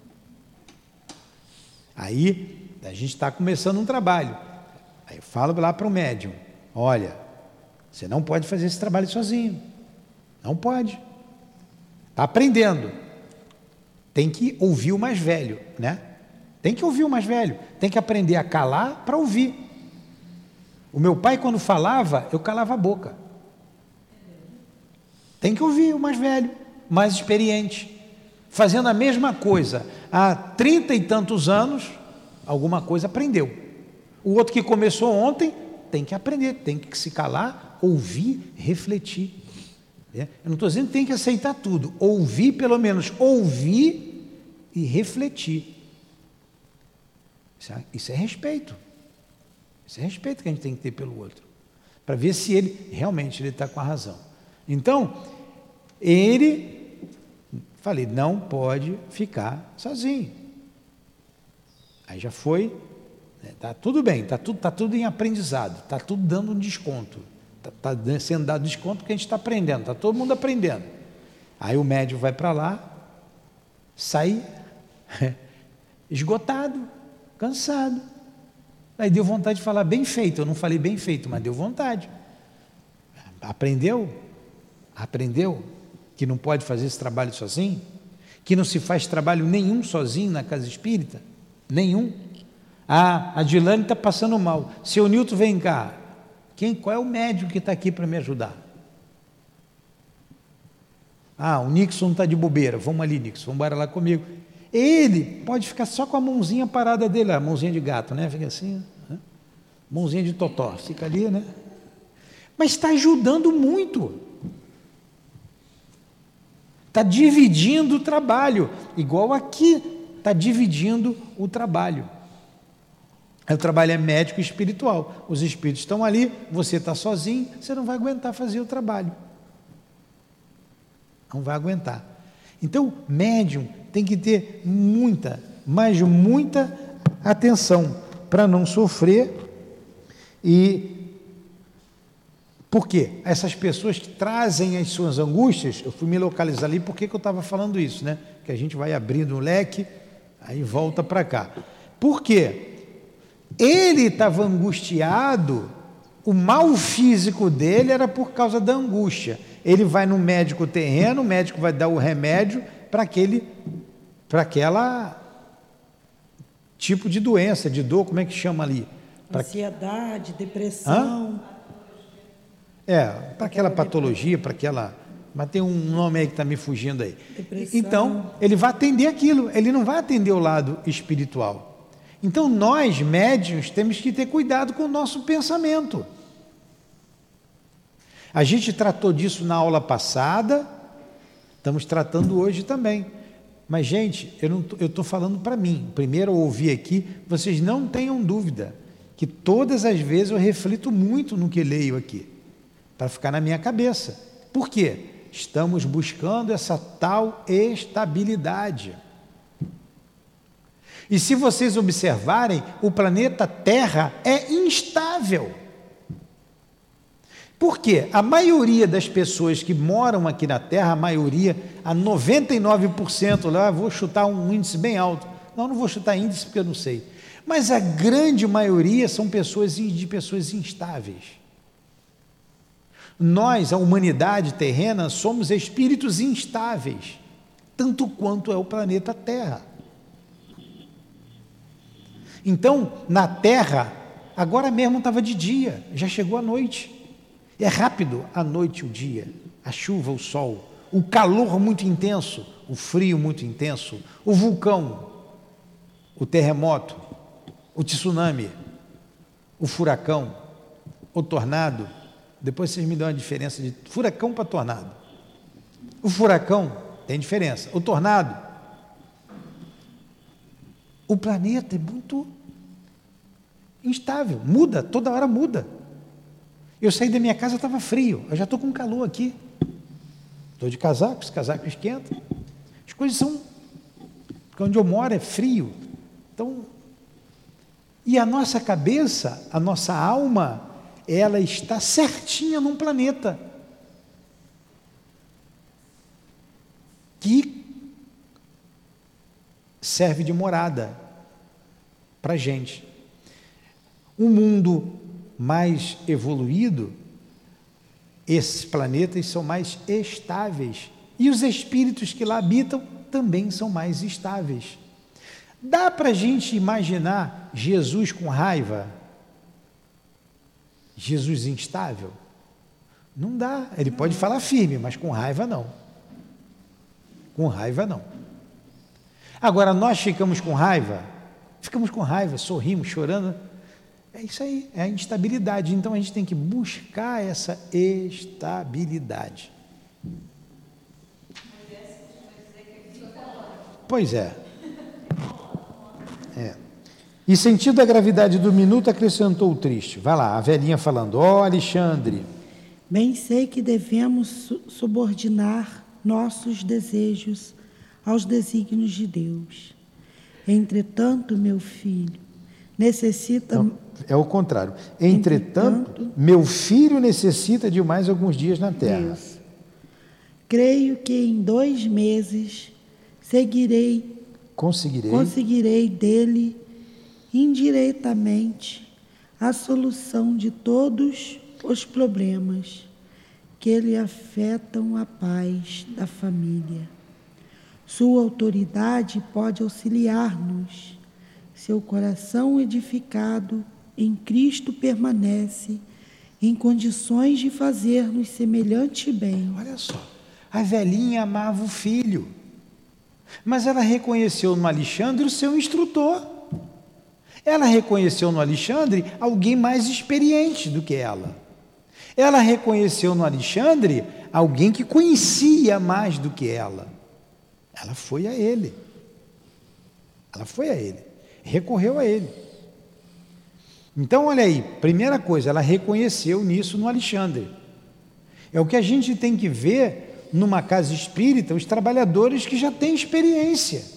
Aí, a gente está começando um trabalho. Aí eu falo lá para o médium, olha, você não pode fazer esse trabalho sozinho. Não pode. Está aprendendo. Tem que ouvir o mais velho, né? Tem que ouvir o mais velho. Tem que aprender a calar para ouvir. O meu pai, quando falava, eu calava a boca. Tem que ouvir o mais velho, mais experiente. Fazendo a mesma coisa há 30 e tantos anos, alguma coisa aprendeu. O outro que começou ontem, tem que aprender, tem que se calar, ouvir, refletir. Eu não estou dizendo que tem que aceitar tudo. Ouvir, pelo menos, ouvir e refletir. Isso é respeito. Isso é respeito que a gente tem que ter pelo outro. Para ver se ele realmente está com a razão. Então, falei, não pode ficar sozinho. Aí já foi, está tudo bem, está tudo em aprendizado, está tudo dando um desconto. Está sendo dado desconto porque a gente está aprendendo, está todo mundo aprendendo. Aí o médium vai para lá, sai esgotado, cansado. Aí deu vontade de falar bem feito. Eu não falei bem feito, mas deu vontade. Aprendeu que não pode fazer esse trabalho sozinho, que não se faz trabalho nenhum sozinho na casa espírita, nenhum. A Dilane está passando mal. Seu Nilton, vem cá. Qual é o médico que está aqui para me ajudar? O Nixon está de bobeira. Vamos ali, Nixon, vamos embora lá comigo. Ele pode ficar só com a mãozinha parada dele, a mãozinha de gato, né? Fica assim, né? Mãozinha de totó, fica ali, né? Mas está ajudando muito. Está dividindo o trabalho, igual aqui está dividindo o trabalho. O trabalho é médico e espiritual. Os espíritos estão ali, você está sozinho, você não vai aguentar fazer o trabalho. Não vai aguentar. Então, médium tem que ter muita, mas muita atenção para não sofrer. E por quê? Essas pessoas que trazem as suas angústias, eu fui me localizar ali, por que eu estava falando isso, né? Que a gente vai abrindo um leque, aí volta para cá. Por quê? Ele estava angustiado, o mal físico dele era por causa da angústia. Ele vai no médico terreno, o médico vai dar o remédio para aquela tipo de doença, de dor, como é que chama ali? Ansiedade, depressão. Para aquela patologia, para aquela... Mas tem um nome aí que está me fugindo aí. Depressão. Então, ele vai atender aquilo, ele não vai atender o lado espiritual. Então, nós, médiuns, temos que ter cuidado com o nosso pensamento. A gente tratou disso na aula passada, estamos tratando hoje também. Mas, gente, eu estou falando para mim. Primeiro eu ouvi aqui, vocês não tenham dúvida que todas as vezes eu reflito muito no que leio aqui, para ficar na minha cabeça. Por quê? Estamos buscando essa tal estabilidade. E se vocês observarem, o planeta Terra é instável. Por quê? A maioria das pessoas que moram aqui na Terra, a 99%, lá vou chutar um índice bem alto. Não vou chutar índice porque eu não sei. Mas a grande maioria são pessoas instáveis. Nós, a humanidade terrena, somos espíritos instáveis, tanto quanto é o planeta Terra. Então, na Terra, agora mesmo estava de dia, já chegou a noite. É rápido a noite, o dia, a chuva, o sol, o calor muito intenso, o frio muito intenso, o vulcão, o terremoto, o tsunami, o furacão, o tornado. Depois vocês me dão a diferença de furacão para tornado. O furacão tem diferença. O tornado, o planeta é muito instável, muda, toda hora muda. Eu saí da minha casa, estava frio, eu já estou com calor aqui. Estou de casaco, esse casaco esquenta. As coisas são... Porque onde eu moro é frio. Então... E a nossa cabeça, a nossa alma, ela está certinha num planeta que serve de morada para a gente. Um mundo mais evoluído, esses planetas são mais estáveis e os espíritos que lá habitam também são mais estáveis. Dá para a gente imaginar Jesus com raiva? Jesus instável? Não dá. Ele pode falar firme, mas com raiva não. Com raiva não. Agora, nós ficamos com raiva, sorrimos, chorando. É isso aí, é a instabilidade. Então, a gente tem que buscar essa estabilidade. Pois é. E sentindo a gravidade do minuto, acrescentou o triste. Vai lá, a velhinha falando: ó, Alexandre. Bem sei que devemos subordinar nossos desejos aos desígnios de Deus. Entretanto, meu filho, necessita... Não, é o contrário. Entretanto, meu filho necessita de mais alguns dias na terra. Deus. Creio que em 2 meses conseguirei dele indiretamente a solução de todos os problemas que lhe afetam a paz da família. Sua autoridade pode auxiliar-nos. Seu coração edificado em Cristo permanece em condições de fazer-nos semelhante bem. Olha só, a velhinha amava o filho, mas ela reconheceu no Alexandre o seu instrutor. Ela reconheceu no Alexandre alguém mais experiente do que ela. Ela reconheceu no Alexandre alguém que conhecia mais do que ela. Ela foi a ele. Recorreu a ele. Então, olha aí, primeira coisa, ela reconheceu nisso no Alexandre. É o que a gente tem que ver numa casa espírita, os trabalhadores que já têm experiência.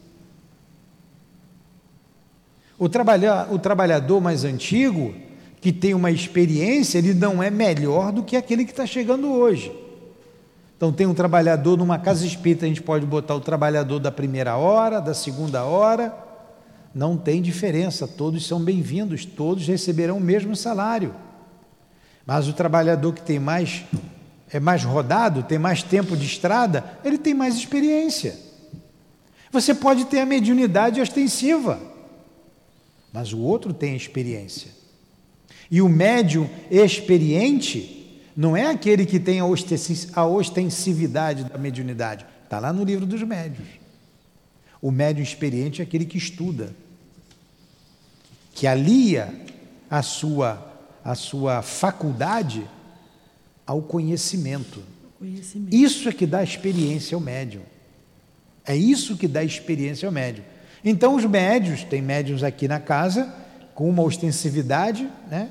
O trabalhador mais antigo, que tem uma experiência, ele não é melhor do que aquele que está chegando hoje. Então, tem um trabalhador numa casa espírita, a gente pode botar o trabalhador da primeira hora, da segunda hora, não tem diferença, todos são bem-vindos, todos receberão o mesmo salário. Mas o trabalhador que tem é mais rodado, tem mais tempo de estrada, ele tem mais experiência. Você pode ter a mediunidade ostensiva, mas o outro tem experiência. E o médium experiente não é aquele que tem a ostensividade da mediunidade. Está lá no livro dos médiuns. O médium experiente é aquele que estuda, que alia a sua faculdade ao conhecimento. Isso é que dá experiência ao médium. É isso que dá experiência ao médium. Então, os médiuns, tem médiuns aqui na casa, com uma ostensividade, né,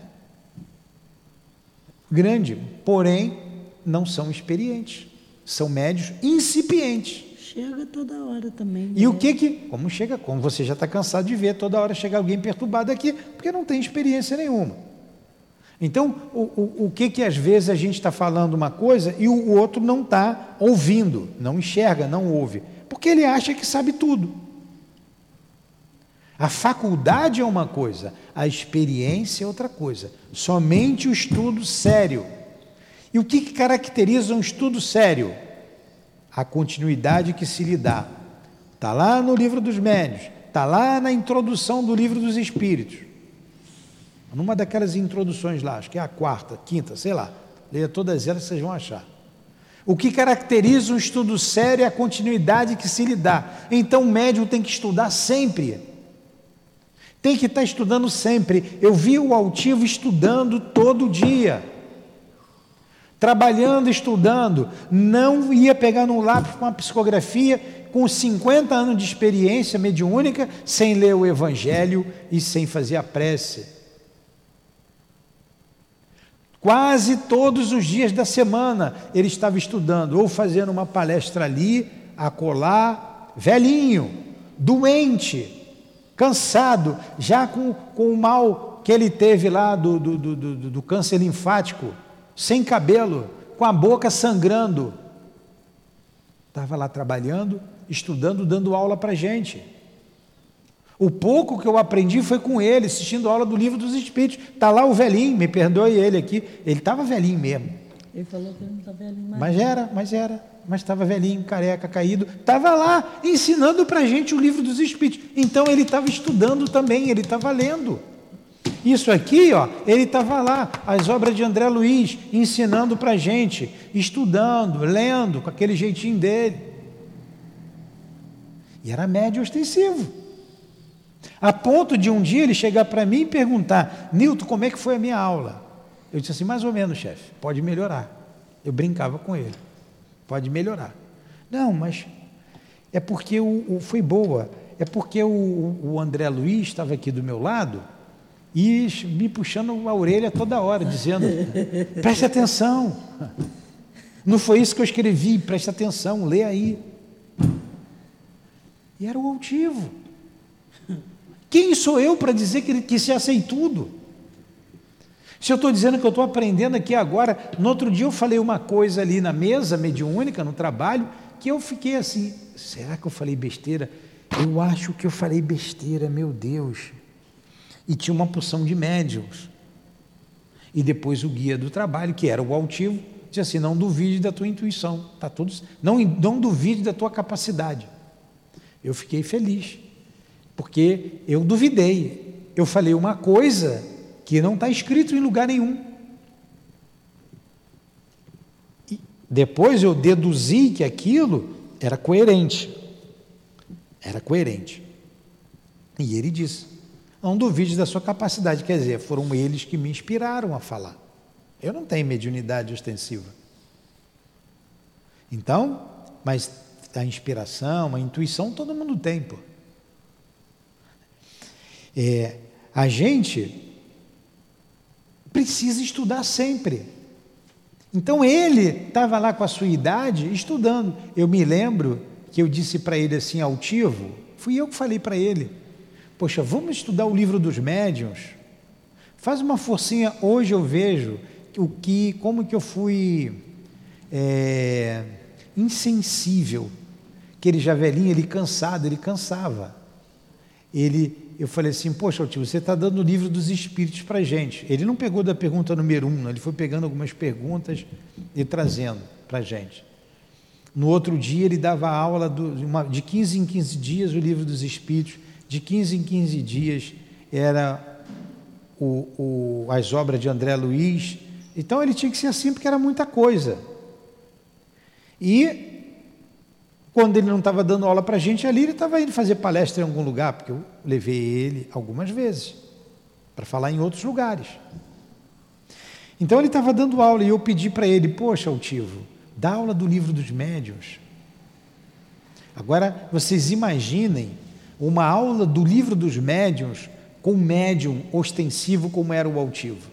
grande, porém, não são experientes. São médiuns incipientes. Chega toda hora também. E o que... Como chega? Como você já está cansado de ver, toda hora chega alguém perturbado aqui, porque não tem experiência nenhuma. Então, o que às vezes a gente está falando uma coisa e o outro não está ouvindo, não enxerga, não ouve, porque ele acha que sabe tudo. A faculdade é uma coisa, a experiência é outra coisa. Somente o estudo sério. E o que caracteriza um estudo sério? A continuidade que se lhe dá. Está lá no Livro dos Médiuns, está lá na introdução do Livro dos Espíritos. Numa daquelas introduções lá, acho que é a quarta, quinta, sei lá. Leia todas elas, vocês vão achar. O que caracteriza um estudo sério é a continuidade que se lhe dá. Então o médium tem que estudar sempre. Tem que estar estudando sempre. Eu vi o altivo estudando todo dia. Trabalhando, estudando. Não ia pegar no lápis com uma psicografia com 50 anos de experiência mediúnica, sem ler o Evangelho e sem fazer a prece. Quase todos os dias da semana ele estava estudando, ou fazendo uma palestra ali, acolá, velhinho, doente, cansado, já com o mal que ele teve lá do câncer linfático, sem cabelo, com a boca sangrando. Estava lá trabalhando, estudando, dando aula para a gente. O pouco que eu aprendi foi com ele, assistindo a aula do Livro dos Espíritos. Está lá o velhinho, me perdoe ele aqui. Ele estava velhinho mesmo. Ele falou que ele não está velhinho mais. Mas estava velhinho, careca, caído. Estava lá ensinando para a gente o Livro dos Espíritos. Então ele estava estudando também, ele estava lendo. Isso aqui, ó, ele estava lá, as obras de André Luiz, ensinando para a gente, estudando, lendo, com aquele jeitinho dele. E era médio ostensivo. A ponto de um dia ele chegar para mim e perguntar: Nilton, como é que foi a minha aula? Eu disse assim: mais ou menos, chefe, pode melhorar. Eu brincava com ele: pode melhorar. Não, mas é porque foi boa. É porque o André Luiz estava aqui do meu lado e me puxando a orelha toda hora, dizendo: preste atenção. Não foi isso que eu escrevi, preste atenção, lê aí. E era o altivo. Quem sou eu para dizer que se sei tudo? Se eu estou dizendo que eu estou aprendendo aqui agora, no outro dia eu falei uma coisa ali na mesa mediúnica, no trabalho, que eu fiquei assim: será que eu falei besteira? Eu acho que eu falei besteira, meu Deus. E tinha uma porção de médiuns. E depois o guia do trabalho, que era o altivo, disse assim: não duvide da tua intuição, tá tudo, não duvide da tua capacidade. Eu fiquei feliz, porque eu duvidei, eu falei uma coisa que não está escrito em lugar nenhum. E depois eu deduzi que aquilo era coerente. E ele disse: não duvide da sua capacidade. Quer dizer, foram eles que me inspiraram a falar. Eu não tenho mediunidade ostensiva. Então, mas a inspiração, a intuição, todo mundo tem, pô. A gente precisa estudar sempre. Então ele estava lá com a sua idade estudando. Eu me lembro que eu disse para ele assim, altivo, fui eu que falei para ele: poxa, vamos estudar o Livro dos Médiuns? Faz uma forcinha. Hoje eu vejo como que eu fui insensível, que ele já velhinho, ele cansado, ele cansava. Eu falei assim: poxa, altivo, você está dando o Livro dos Espíritos para a gente. Ele não pegou da pergunta número 1, ele foi pegando algumas perguntas e trazendo para a gente. No outro dia ele dava aula de 15 em 15 dias o Livro dos Espíritos, de 15 em 15 dias era as obras de André Luiz. Então ele tinha que ser assim, porque era muita coisa. E quando ele não estava dando aula para a gente ali, ele estava indo fazer palestra em algum lugar, porque eu levei ele algumas vezes para falar em outros lugares. Então ele estava dando aula e eu pedi para ele: poxa, altivo, dá aula do Livro dos Médiuns. Agora vocês imaginem uma aula do Livro dos Médiuns com um médium ostensivo como era o altivo.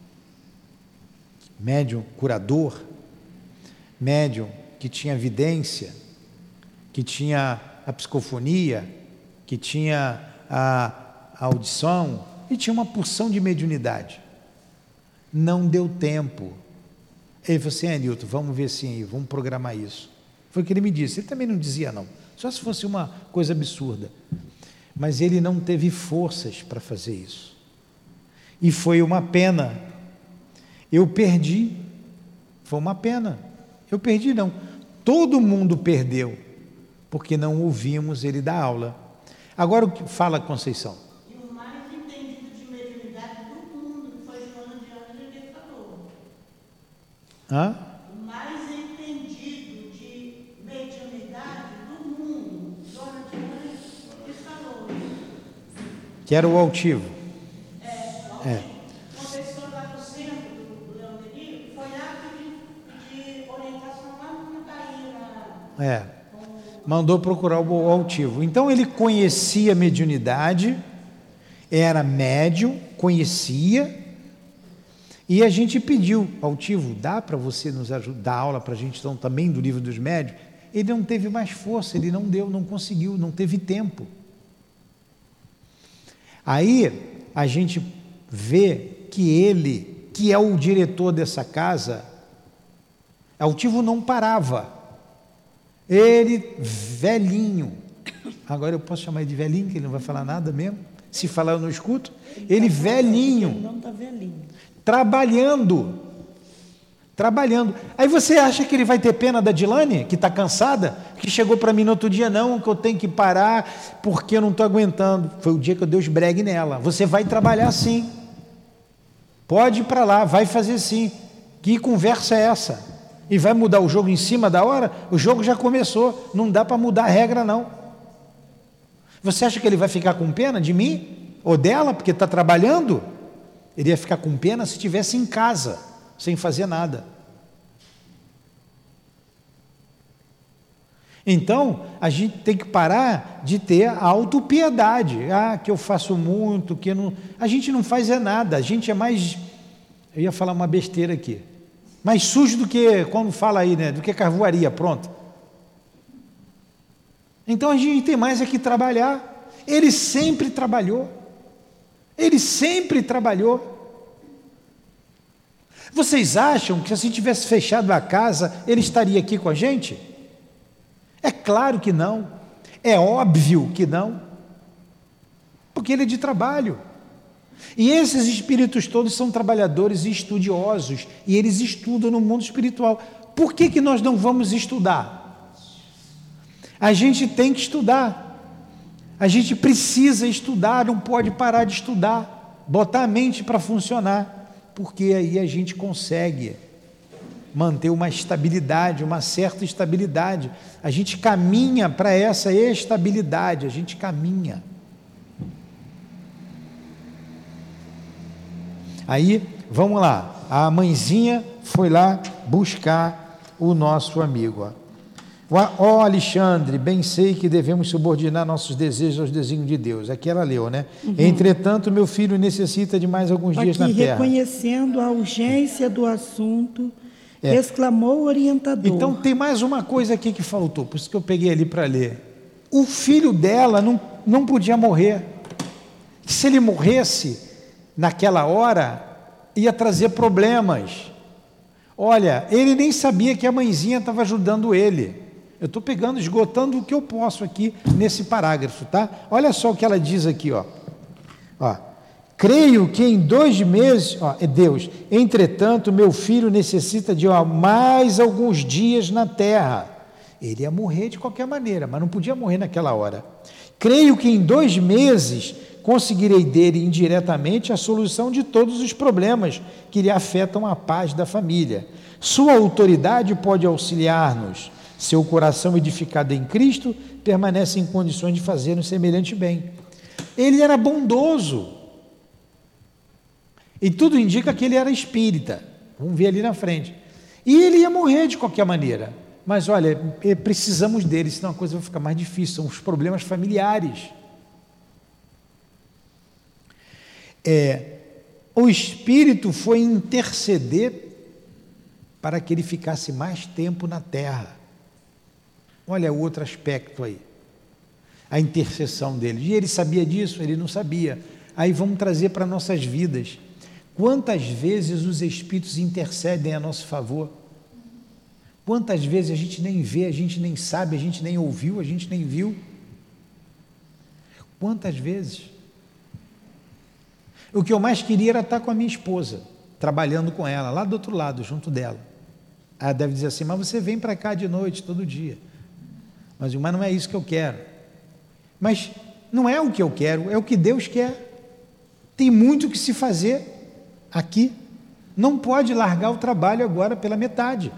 Médium curador, médium que tinha vidência, que tinha a psicofonia, que tinha a audição e tinha uma porção de mediunidade. Não deu tempo. Ele falou assim: Nilton, vamos ver assim, vamos programar isso. Foi o que ele me disse. Ele também não dizia não, só se fosse uma coisa absurda. mas ele não teve forças para fazer isso. E foi uma pena. Eu perdi. Foi uma pena. Eu perdi não. Todo mundo perdeu, porque não ouvimos ele dar aula. Agora o que fala, Conceição? E o mais entendido de mediunidade do mundo, que foi Joana de Ângeles, ele falou. Hã? O mais entendido de mediunidade do mundo, Joana de Ângeles, ele falou. Que era o altivo. É. Uma pessoa lá do centro do Leandrinho foi ato de orientação lá no Catarina. Mandou procurar o altivo. Então ele conhecia a mediunidade, era médium, conhecia, e a gente pediu, altivo, dá para você nos ajudar, dar aula para a gente então, também do livro dos médiuns? Ele não teve mais força, ele não deu, não conseguiu, não teve tempo. Aí a gente vê que ele, que é o diretor dessa casa, altivo não parava. Ele, velhinho, agora eu posso chamar ele de velhinho, que ele não vai falar nada mesmo, se falar eu não escuto, ele velhinho, Ele não está velhinho. trabalhando, aí você acha que ele vai ter pena da Dilane, que está cansada, que chegou para mim no outro dia, não, que eu tenho que parar, porque eu não estou aguentando, foi o dia que eu dei os bregue nela, você vai trabalhar sim, pode ir para lá, vai fazer sim, que conversa é essa? E vai mudar o jogo em cima da hora? O jogo já começou, não dá para mudar a regra não. Você acha que ele vai ficar com pena de mim? Ou dela, porque está trabalhando? Ele ia ficar com pena se estivesse em casa, sem fazer nada. Então, a gente tem que parar de ter a autopiedade. Que eu faço muito, que eu não... A gente não faz nada, a gente é mais... Eu ia falar uma besteira aqui. Mais sujo do que, quando fala aí, né? Do que carvoaria, pronto. Então a gente tem mais é que trabalhar. Ele sempre trabalhou. Ele sempre trabalhou. Vocês acham que se a gente tivesse fechado a casa, ele estaria aqui com a gente? É claro que não. É óbvio que não. Porque ele é de trabalho. E esses espíritos todos são trabalhadores e estudiosos, e eles estudam no mundo espiritual. Por que nós não vamos estudar? A gente tem que estudar, a gente precisa estudar, não pode parar de estudar, botar a mente para funcionar, porque aí a gente consegue manter uma estabilidade, uma certa estabilidade, a gente caminha para essa estabilidade, a gente caminha. Aí, vamos lá, a mãezinha foi lá buscar o nosso amigo. Ó Alexandre, bem sei que devemos subordinar nossos desejos aos desígnios de Deus. Aqui ela leu, né? Entretanto, meu filho necessita de mais alguns dias na terra. Reconhecendo a urgência do assunto, exclamou o orientador. Então, tem mais uma coisa aqui que faltou, por isso que eu peguei ali para ler. O filho dela não podia morrer. Se ele morresse naquela hora, ia trazer problemas. Olha, ele nem sabia que a mãezinha estava ajudando ele. Eu estou esgotando o que eu posso aqui nesse parágrafo, tá? Olha só o que ela diz aqui, ó. Creio que em 2 meses, Deus, entretanto, meu filho necessita de mais alguns dias na terra. Ele ia morrer de qualquer maneira, mas não podia morrer naquela hora. Creio que em 2 meses conseguirei dele indiretamente a solução de todos os problemas que lhe afetam a paz da família. Sua autoridade pode auxiliar-nos. Seu coração edificado em Cristo permanece em condições de fazer-nos semelhante bem. Ele era bondoso. E tudo indica que ele era espírita. Vamos ver ali na frente. E ele ia morrer de qualquer maneira. Mas olha, precisamos dele, senão a coisa vai ficar mais difícil. São os problemas familiares. O Espírito foi interceder para que ele ficasse mais tempo na terra. Olha o outro aspecto aí, a intercessão dele. E ele sabia disso? Ele não sabia. Aí vamos trazer para nossas vidas. Quantas vezes os Espíritos intercedem a nosso favor? Quantas vezes a gente nem vê, a gente nem sabe, a gente nem ouviu, a gente nem viu? Quantas vezes? O que eu mais queria era estar com a minha esposa, trabalhando com ela, lá do outro lado, junto dela. Ela deve dizer assim, mas você vem para cá de noite, todo dia. Mas não é isso que eu quero. Mas não é o que eu quero, é o que Deus quer. Tem muito o que se fazer aqui. Não pode largar o trabalho agora pela metade.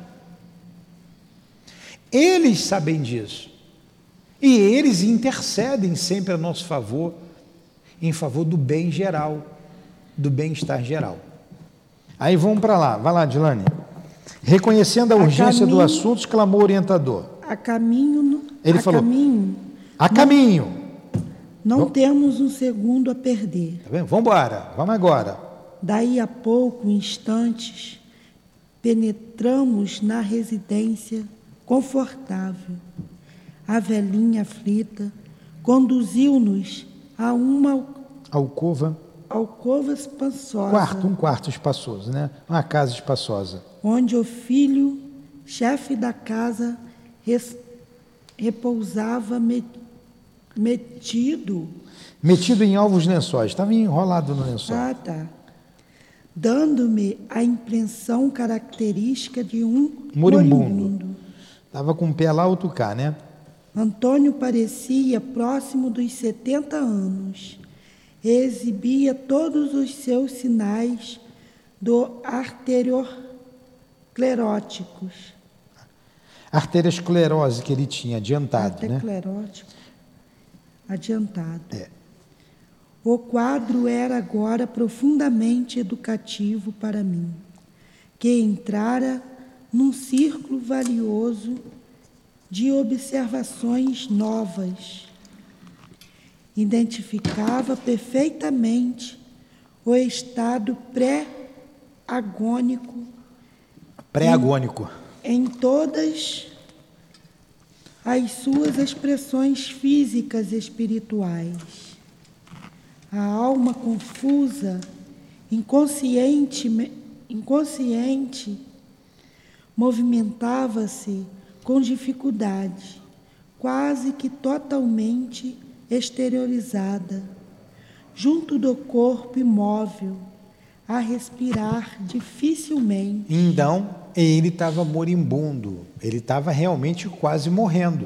Eles sabem disso. E eles intercedem sempre a nosso favor, em favor do bem geral, do bem-estar geral. Aí vamos para lá. Vai lá, Dilane. Reconhecendo a urgência do assunto, exclamou o orientador. A caminho... Ele falou, a caminho. Não temos um segundo a perder. Tá vendo? Vamos embora, vamos agora. Daí a pouco, instantes, penetramos na residência confortável. A velhinha aflita conduziu-nos a uma alcova espaçosa. Um quarto espaçoso, né? Uma casa espaçosa. Onde o filho, chefe da casa, repousava metido em alvos lençóis. Estava enrolado no lençol. Ah, tá. Dando-me a impressão característica de um moribundo. Estava com o pé lá, outro cá, né? Antônio parecia próximo dos 70 anos. Exibia todos os seus sinais do arterioscleróticos. Arteriosclerose que ele tinha, adiantado, né? Arteriosclerótico, adiantado. O quadro era agora profundamente educativo para mim, que entrara num círculo valioso de observações novas. Identificava perfeitamente o estado pré-agônico em todas as suas expressões físicas e espirituais. A alma confusa, inconsciente, movimentava-se com dificuldade, quase que totalmente exteriorizada, junto do corpo imóvel, a respirar dificilmente. Então, ele estava moribundo, ele estava realmente quase morrendo.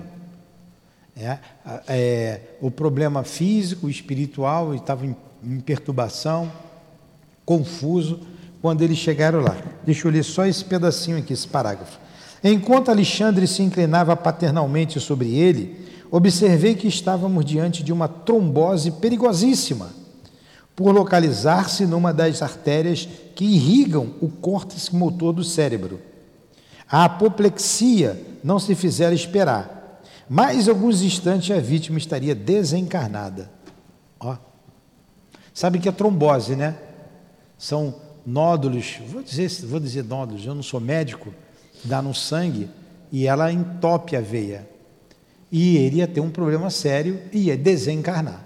O problema físico, espiritual, ele estava em perturbação, confuso, quando eles chegaram lá. Deixa eu ler só esse pedacinho aqui, esse parágrafo. Enquanto Alexandre se inclinava paternalmente sobre ele, observei que estávamos diante de uma trombose perigosíssima, por localizar-se numa das artérias que irrigam o córtex motor do cérebro. A apoplexia não se fizera esperar. Mais alguns instantes a vítima estaria desencarnada. Ó. Sabe que é trombose, né? São nódulos, vou dizer nódulos, eu não sou médico, dá no sangue e ela entope a veia. E ele ia ter um problema sério e ia desencarnar.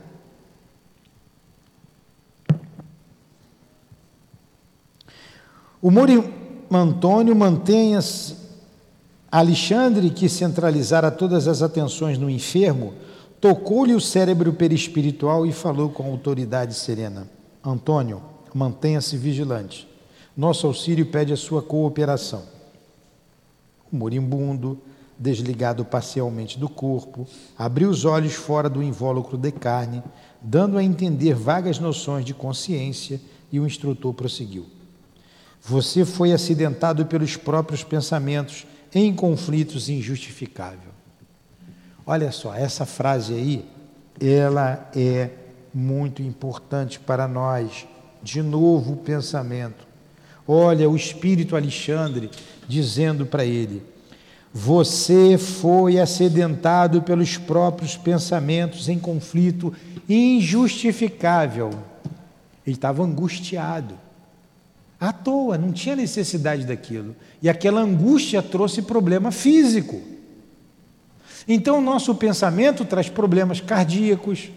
O Antônio mantenha-se. Alexandre, que centralizara todas as atenções no enfermo, tocou-lhe o cérebro perispiritual e falou com autoridade serena. Antônio, mantenha-se vigilante. Nosso auxílio pede a sua cooperação. O moribundo, desligado parcialmente do corpo, abriu os olhos fora do invólucro de carne, dando a entender vagas noções de consciência, e o instrutor prosseguiu. Você foi acidentado pelos próprios pensamentos em conflitos injustificáveis. Olha só, essa frase aí, ela é muito importante para nós. De novo o pensamento. Olha, o espírito Alexandre dizendo para ele, você foi acidentado pelos próprios pensamentos em conflito injustificável. Ele estava angustiado. À toa, não tinha necessidade daquilo. E aquela angústia trouxe problema físico. Então, o nosso pensamento traz problemas cardíacos,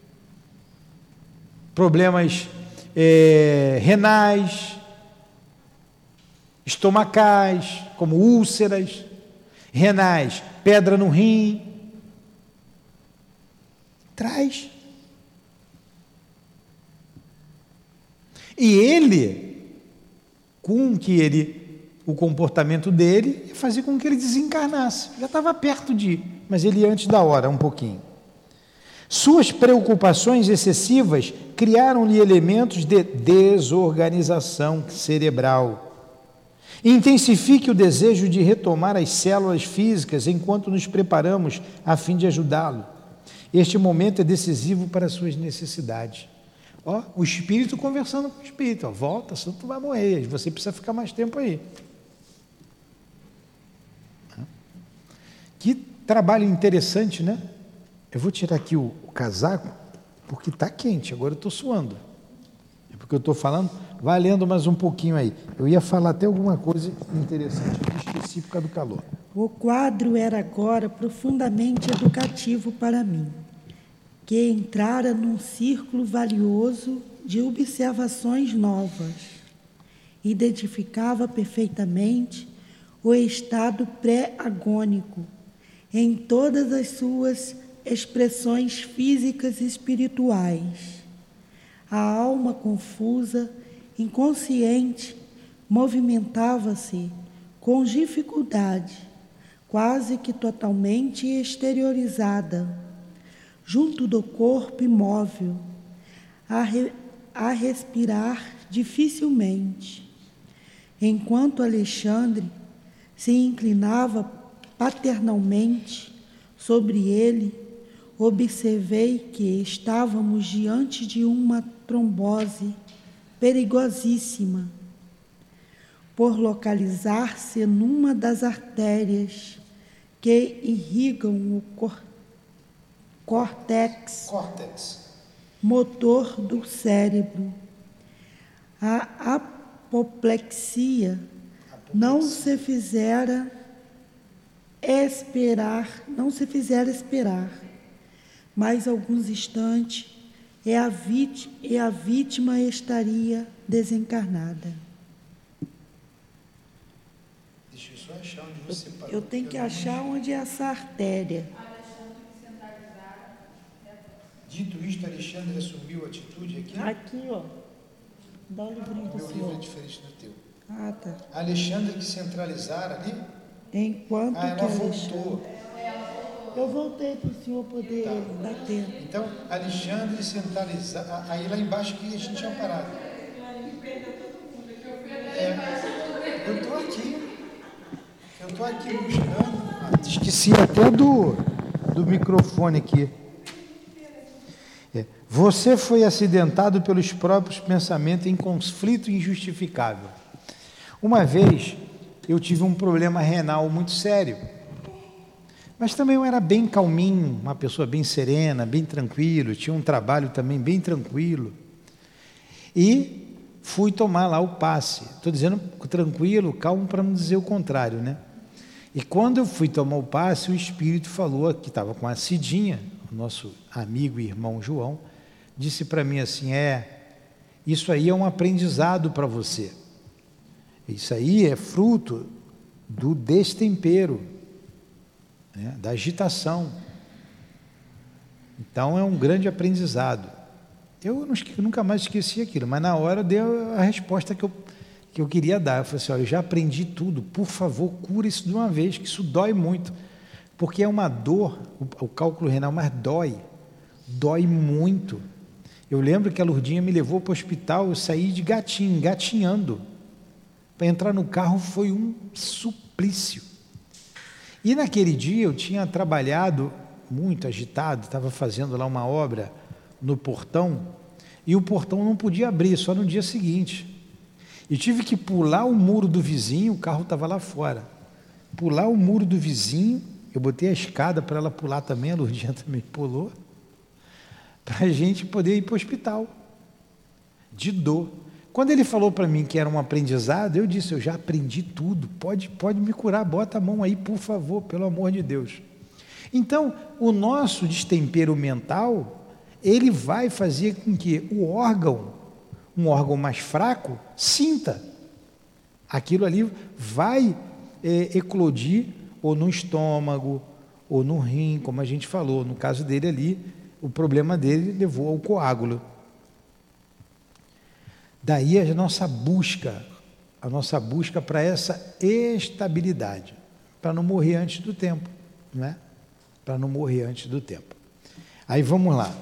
problemas renais, estomacais, como úlceras, renais, pedra no rim. Traz. E ele, o comportamento dele, fazia com que ele desencarnasse. Já estava perto de ir, mas ele ia antes da hora, um pouquinho. Suas preocupações excessivas criaram-lhe elementos de desorganização cerebral. Intensifique o desejo de retomar as células físicas enquanto nos preparamos a fim de ajudá-lo. Este momento é decisivo para as suas necessidades. Ó, o espírito conversando com o espírito. Ó, volta, senão tu vai morrer. Você precisa ficar mais tempo aí. Que trabalho interessante, né? Eu vou tirar aqui o casaco, porque está quente, agora eu estou suando. É porque eu estou falando, vai lendo mais um pouquinho aí. Eu ia falar até alguma coisa interessante, eu esqueci por causa do calor. O quadro era agora profundamente educativo para mim, que entrara num círculo valioso de observações novas. Identificava perfeitamente o estado pré-agônico em todas as suas expressões físicas e espirituais. A alma confusa, inconsciente, movimentava-se com dificuldade, quase que totalmente exteriorizada, junto do corpo imóvel, a respirar dificilmente. Enquanto Alexandre se inclinava paternalmente sobre ele, observei que estávamos diante de uma trombose perigosíssima, por localizar-se numa das artérias que irrigam o córtex motor do cérebro. A apoplexia não se fizera esperar, mais alguns instantes e a vítima estaria desencarnada. Deixa eu só achar onde você parou. Eu tenho que achar onde é essa artéria. Dito isto, Alexandre assumiu a atitude aqui. Aqui, ó. Dá o livrinho do Meu livro senhor. é diferente do teu. Ah, tá. Alexandre que centralizar ali. Enquanto que ela Alexandre... voltou. Eu voltei para o senhor poder dar tempo. Então, Alexandre centralizar. Aí lá embaixo que a gente tinha parado. Eu estou aqui. Eu estou aqui buscando. Esqueci até do microfone aqui. Você foi acidentado pelos próprios pensamentos em conflito injustificável. Uma vez eu tive um problema renal muito sério, mas também eu era bem calminho, uma pessoa bem serena, bem tranquilo, tinha um trabalho também bem tranquilo. E fui tomar lá o passe. Estou dizendo tranquilo, calmo, para não dizer o contrário, né? E quando eu fui tomar o passe, o espírito falou, que estava com a Cidinha, o nosso amigo e irmão João, disse para mim assim, isso aí é um aprendizado para você. Isso aí é fruto do destempero, né, da agitação. Então é um grande aprendizado. Eu nunca mais esqueci aquilo, mas na hora deu a resposta que eu queria dar. Eu falei assim, olha, eu já aprendi tudo, por favor, cura isso de uma vez, que isso dói muito. Porque é uma dor, o cálculo renal, mas dói muito. Eu lembro que a Lurdinha me levou para o hospital, eu saí de gatinhando. Para entrar no carro foi um suplício. E naquele dia eu tinha trabalhado muito agitado, estava fazendo lá uma obra no portão, e o portão não podia abrir, só no dia seguinte. E tive que pular o muro do vizinho, o carro estava lá fora. Pular o muro do vizinho, eu botei a escada para ela pular também, a Lurdinha também pulou, para a gente poder ir para o hospital, de dor. Quando ele falou para mim que era um aprendizado, eu disse, eu já aprendi tudo, pode me curar, bota a mão aí, por favor, pelo amor de Deus. Então, o nosso destempero mental, ele vai fazer com que um órgão mais fraco, sinta. Aquilo ali vai eclodir ou no estômago, ou no rim, como a gente falou. No caso dele ali, o problema dele levou ao coágulo. Daí a nossa busca para essa estabilidade, para não morrer antes do tempo, né? Para não morrer antes do tempo. Aí vamos lá.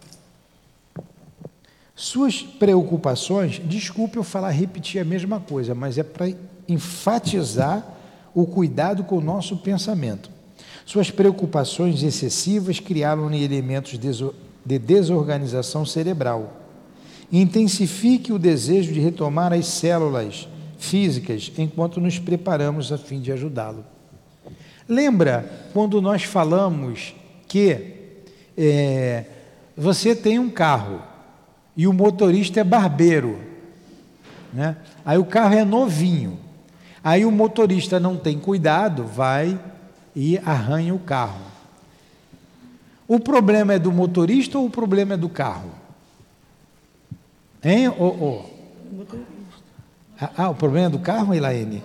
Suas preocupações, desculpe eu repetir a mesma coisa, mas é para enfatizar o cuidado com o nosso pensamento. Suas preocupações excessivas criaram-lhe elementos de desorganização cerebral. Intensifique o desejo de retomar as células físicas enquanto nos preparamos a fim de ajudá-lo. Lembra quando nós falamos que você tem um carro e o motorista é barbeiro, né? Aí o carro é novinho, aí o motorista não tem cuidado, vai e arranha o carro. O problema é do motorista ou o problema é do carro? Hein? O problema é do carro, Elaine?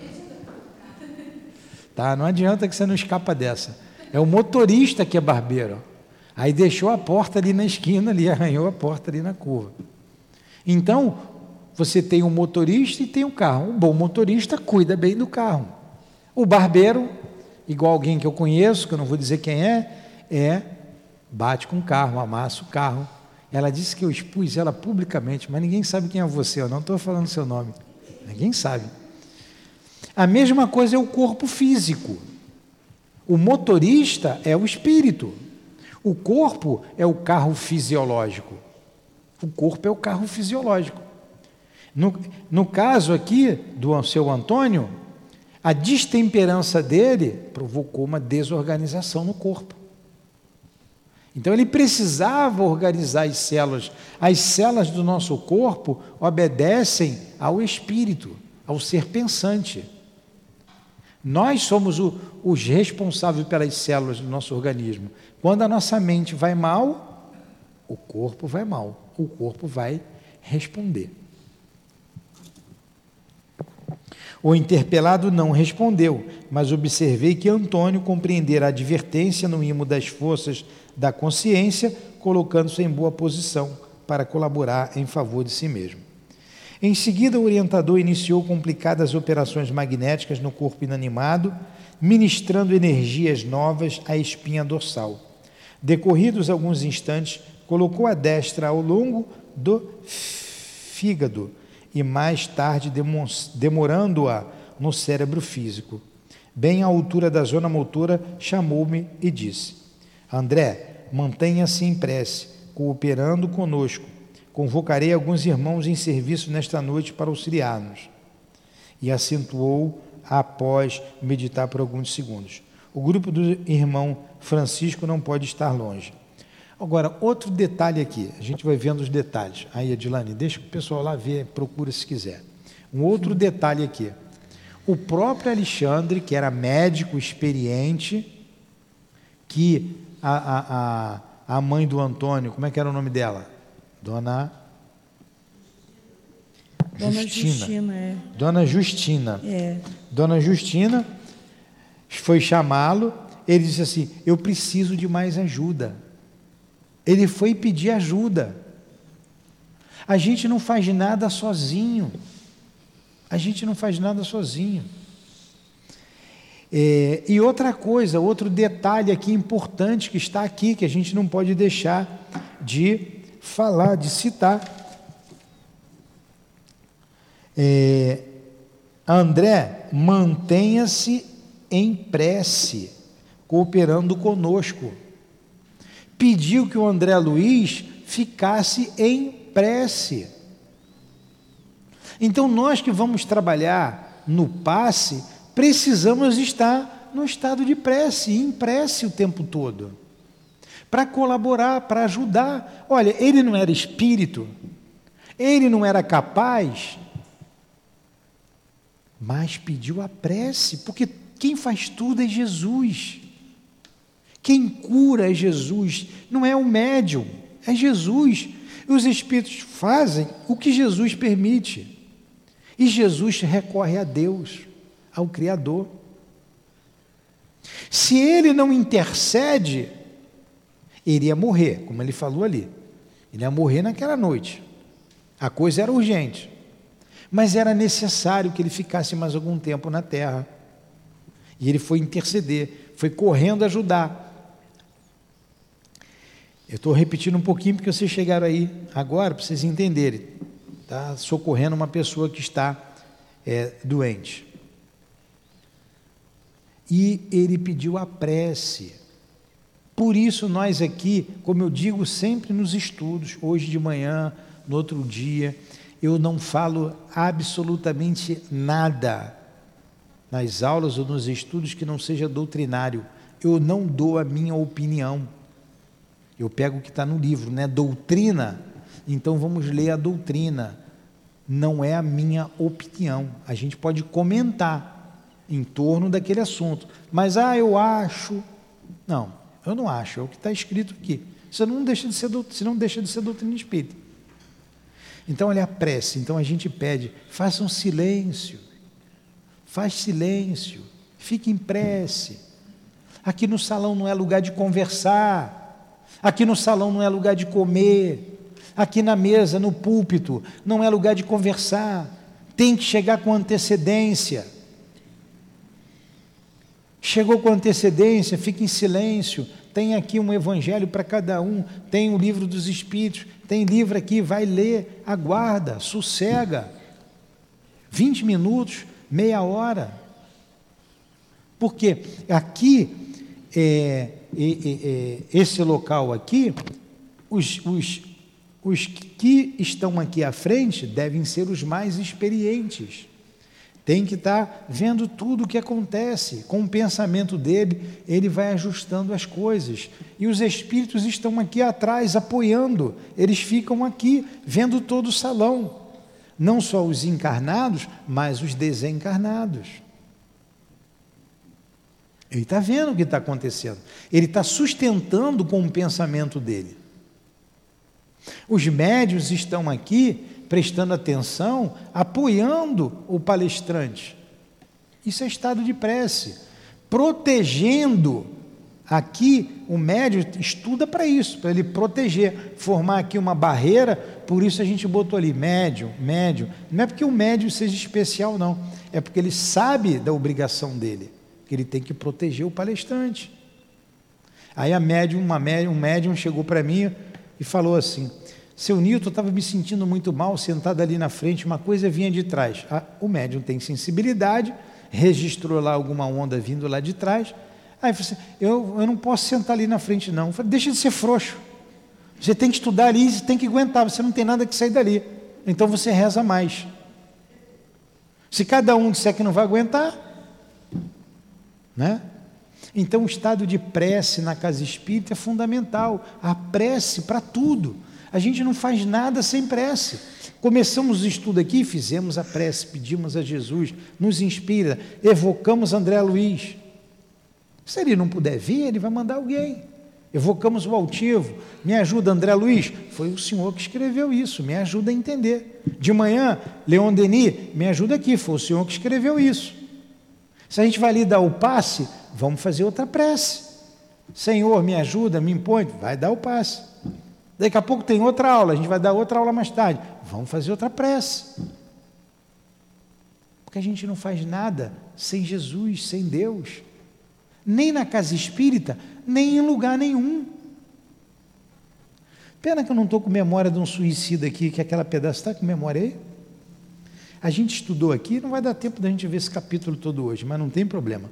Tá, não adianta que você não escapa dessa. É o motorista que é barbeiro. Aí deixou a porta ali na esquina, ali arranhou a porta ali na curva. Então, você tem um motorista e tem um carro. Um bom motorista cuida bem do carro. O barbeiro, igual alguém que eu conheço, que eu não vou dizer quem bate com o carro, amassa o carro. Ela disse que eu expus ela publicamente, mas ninguém sabe quem é você, eu não estou falando seu nome. Ninguém sabe. A mesma coisa é o corpo físico. O motorista é o espírito. O corpo é o carro fisiológico. O corpo é o carro fisiológico. No caso aqui do seu Antônio, a destemperança dele provocou uma desorganização no corpo. Então ele precisava organizar as células. As células do nosso corpo obedecem ao espírito, ao ser pensante. Nós somos os responsáveis pelas células do nosso organismo. Quando a nossa mente vai mal, o corpo vai mal, o corpo vai responder. O interpelado não respondeu, mas observei que Antônio compreendera a advertência no imo das forças da consciência, colocando-se em boa posição para colaborar em favor de si mesmo. Em seguida, o orientador iniciou complicadas operações magnéticas no corpo inanimado, ministrando energias novas à espinha dorsal. Decorridos alguns instantes, colocou a destra ao longo do fígado e mais tarde demorando-a no cérebro físico. Bem à altura da zona motora, chamou-me e disse: André, mantenha-se em prece, cooperando conosco. Convocarei alguns irmãos em serviço nesta noite para auxiliar-nos. E acentuou após meditar por alguns segundos. O grupo do irmão Francisco não pode estar longe. Agora, outro detalhe aqui, a gente vai vendo os detalhes. Aí, Adilane, deixa o pessoal lá ver, procura se quiser. Um outro detalhe aqui. O próprio Alexandre, que era médico experiente, que a mãe do Antônio, como é que era o nome dela? Dona Justina. Dona Justina. Dona Justina foi chamá-lo, ele disse assim: eu preciso de mais ajuda. Ele foi pedir ajuda. A gente não faz nada sozinho. A gente não faz nada sozinho. E outra coisa, outro detalhe aqui importante que está aqui, que a gente não pode deixar de falar, de citar. André, mantenha-se em prece, cooperando conosco. Pediu que o André Luiz ficasse em prece. Então, nós que vamos trabalhar no passe, precisamos estar no estado de prece, em prece o tempo todo, para colaborar, para ajudar. Olha, ele não era espírito, ele não era capaz, mas pediu a prece, porque quem faz tudo é Jesus. Quem cura é Jesus, não é o médium, é Jesus. E os espíritos fazem o que Jesus permite. E Jesus recorre a Deus, ao Criador. Se ele não intercede, ele ia morrer, como ele falou ali. Ele ia morrer naquela noite. A coisa era urgente, mas era necessário que ele ficasse mais algum tempo na terra. E ele foi interceder, foi correndo ajudar. Eu estou repetindo um pouquinho porque vocês chegaram aí agora para vocês entenderem. Está socorrendo uma pessoa que está doente. E ele pediu a prece. Por isso nós aqui, como eu digo sempre nos estudos, hoje de manhã, no outro dia, eu não falo absolutamente nada nas aulas ou nos estudos que não seja doutrinário. Eu não dou a minha opinião. Eu pego o que está no livro, né? Doutrina. Então vamos ler a doutrina. Não é a minha opinião. A gente pode comentar em torno daquele assunto. Mas, eu acho. Não, eu não acho. É o que está escrito aqui. Isso não deixa de ser doutrina espírita. Então, olha a prece. Então a gente pede, faça um silêncio. Faz silêncio. Fique em prece. Aqui no salão não é lugar de conversar. Aqui no salão não é lugar de comer. Aqui na mesa, no púlpito, não é lugar de conversar. Tem que chegar com antecedência. Chegou com antecedência, fica em silêncio. Tem aqui um evangelho para cada um. Tem o livro dos Espíritos. Tem livro aqui, vai ler, aguarda, sossega. 20 minutos, meia hora. Porque aqui, esse local aqui, os que estão aqui à frente devem ser os mais experientes. Tem que estar vendo tudo o que acontece. Com o pensamento dele, ele vai ajustando as coisas. E os espíritos estão aqui atrás, apoiando. Eles ficam aqui, vendo todo o salão. Não só os encarnados, mas os desencarnados. Ele está vendo o que está acontecendo. Ele está sustentando com o pensamento dele. Os médiuns estão aqui prestando atenção, apoiando o palestrante. Isso é estado de prece. Protegendo. Aqui o médium estuda para isso, para ele proteger, formar aqui uma barreira. Por isso a gente botou ali médium. Não é porque o médium seja especial, não. É porque ele sabe da obrigação dele, que ele tem que proteger o palestrante. Aí um médium chegou para mim e falou assim: seu Nilton, eu estava me sentindo muito mal, sentado ali na frente, uma coisa vinha de trás. O médium tem sensibilidade, registrou lá alguma onda vindo lá de trás. Aí eu falei assim, eu não posso sentar ali na frente não. Eu falei, deixa de ser frouxo. Você tem que estudar ali, você tem que aguentar, você não tem nada que sair dali. Então você reza mais. Se cada um disser que não vai aguentar, né? Então o estado de prece na casa espírita é fundamental. A prece para tudo. A gente não faz nada sem prece. Começamos o estudo aqui, fizemos a prece, pedimos a Jesus, nos inspira, evocamos André Luiz. Se ele não puder vir, ele vai mandar alguém. Evocamos o altivo, me ajuda André Luiz, foi o senhor que escreveu isso, me ajuda a entender. De manhã, Leon Denis, me ajuda aqui, foi o senhor que escreveu isso. Se a gente vai ali dar o passe, vamos fazer outra prece. Senhor, me ajuda, me impõe, vai dar o passe. Daqui a pouco tem outra aula, a gente vai dar outra aula mais tarde. Vamos fazer outra prece. Porque a gente não faz nada sem Jesus, sem Deus. Nem na casa espírita, nem em lugar nenhum. Pena que eu não estou com memória de um suicida aqui, que aquela pedaço está com memória aí. A gente estudou aqui, não vai dar tempo da gente ver esse capítulo todo hoje, mas não tem problema.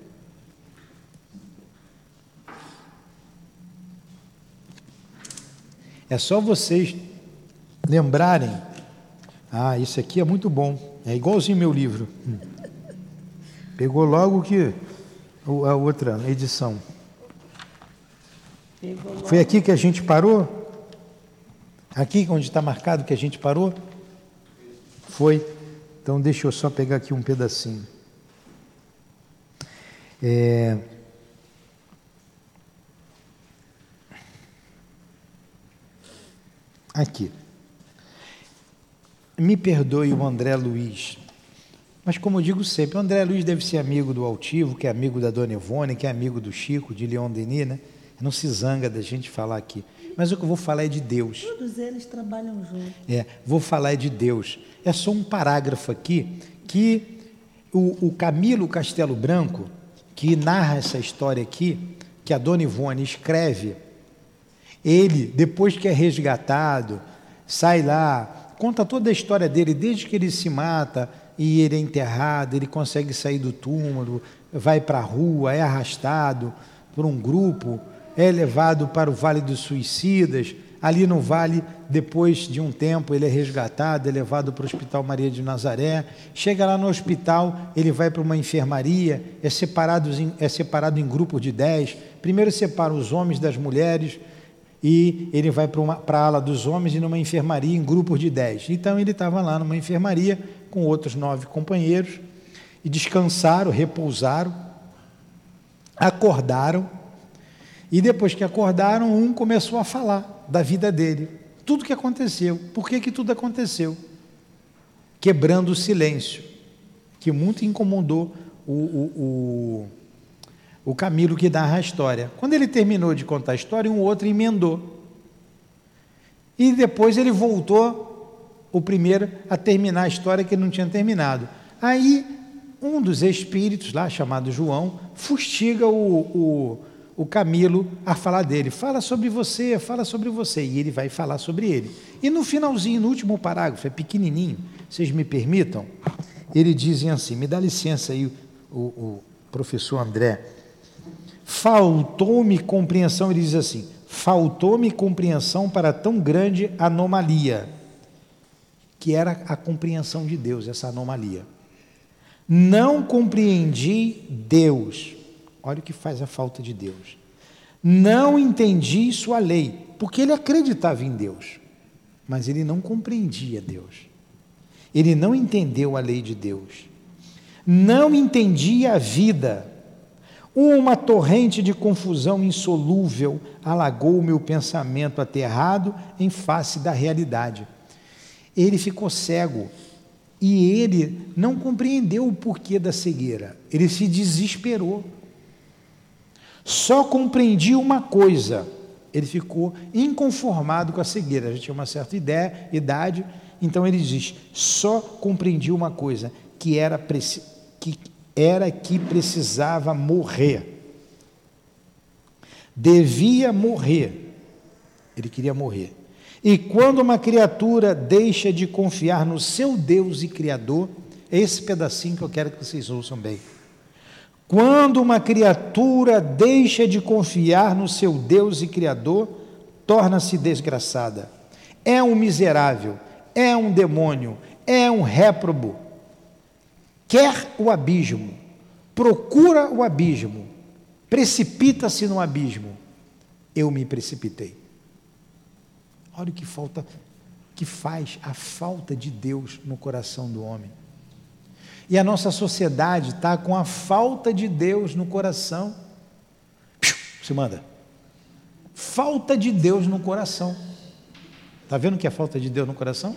É só vocês lembrarem, isso aqui é muito bom, é igualzinho meu livro. Pegou logo que a outra edição. Foi aqui que a gente parou? Aqui onde está marcado que a gente parou? Foi. Então deixa eu só pegar aqui um pedacinho. Aqui. Me perdoe o André Luiz, mas como eu digo sempre, o André Luiz deve ser amigo do Altivo, que é amigo da Dona Ivone, que é amigo do Chico, de Leon Denis, né? Não se zanga da gente falar aqui. Mas o que eu vou falar é de Deus. Todos eles trabalham juntos. Vou falar de Deus. É só um parágrafo aqui que o Camilo Castelo Branco, que narra essa história aqui, que a Dona Ivone escreve, ele, depois que é resgatado, sai lá, conta toda a história dele, desde que ele se mata e ele é enterrado, ele consegue sair do túmulo, vai para a rua, é arrastado por um grupo, é levado para o Vale dos Suicidas. Ali no vale, depois de um tempo, ele é resgatado, é levado para o Hospital Maria de Nazaré. Chega lá no hospital, ele vai para uma enfermaria, é separado em grupos de 10. Primeiro separa os homens das mulheres, e ele vai para a ala dos homens e numa enfermaria em grupos de 10. Então ele estava lá numa enfermaria com outros 9 companheiros, e descansaram, repousaram, acordaram, e depois que acordaram, um começou a falar da vida dele, tudo que aconteceu, por que tudo aconteceu, quebrando o silêncio, que muito incomodou o Camilo, que narra a história. Quando ele terminou de contar a história, um outro emendou, e depois ele voltou, o primeiro, a terminar a história que ele não tinha terminado. Aí um dos espíritos lá, chamado João, fustiga o Camilo a falar dele, fala sobre você, e ele vai falar sobre ele. E no finalzinho, no último parágrafo, é pequenininho, vocês me permitam, eles dizem assim, me dá licença aí, o professor André, faltou-me compreensão, ele diz assim, faltou-me compreensão para tão grande anomalia, que era a compreensão de Deus, essa anomalia. Não compreendi Deus. Olha o que faz a falta de Deus. Não entendi sua lei, porque ele acreditava em Deus, mas ele não compreendia Deus. Ele não entendeu a lei de Deus. Não entendia a vida. Uma torrente de confusão insolúvel alagou o meu pensamento aterrado em face da realidade. Ele ficou cego e ele não compreendeu o porquê da cegueira. Ele se desesperou. Só compreendia uma coisa, ele ficou inconformado com a cegueira, já tinha uma certa idade, então ele diz, só compreendia uma coisa, que precisava morrer, devia morrer, ele queria morrer. E quando uma criatura deixa de confiar no seu Deus e Criador, é esse pedacinho que eu quero que vocês ouçam bem. Quando uma criatura deixa de confiar no seu Deus e Criador, torna-se desgraçada. É um miserável, é um demônio, é um réprobo. Quer o abismo, procura o abismo, precipita-se no abismo. Eu me precipitei. Olha o que faz a falta de Deus no coração do homem. E a nossa sociedade está com a falta de Deus no coração. Se manda. Falta de Deus no coração. Está vendo o que é falta de Deus no coração?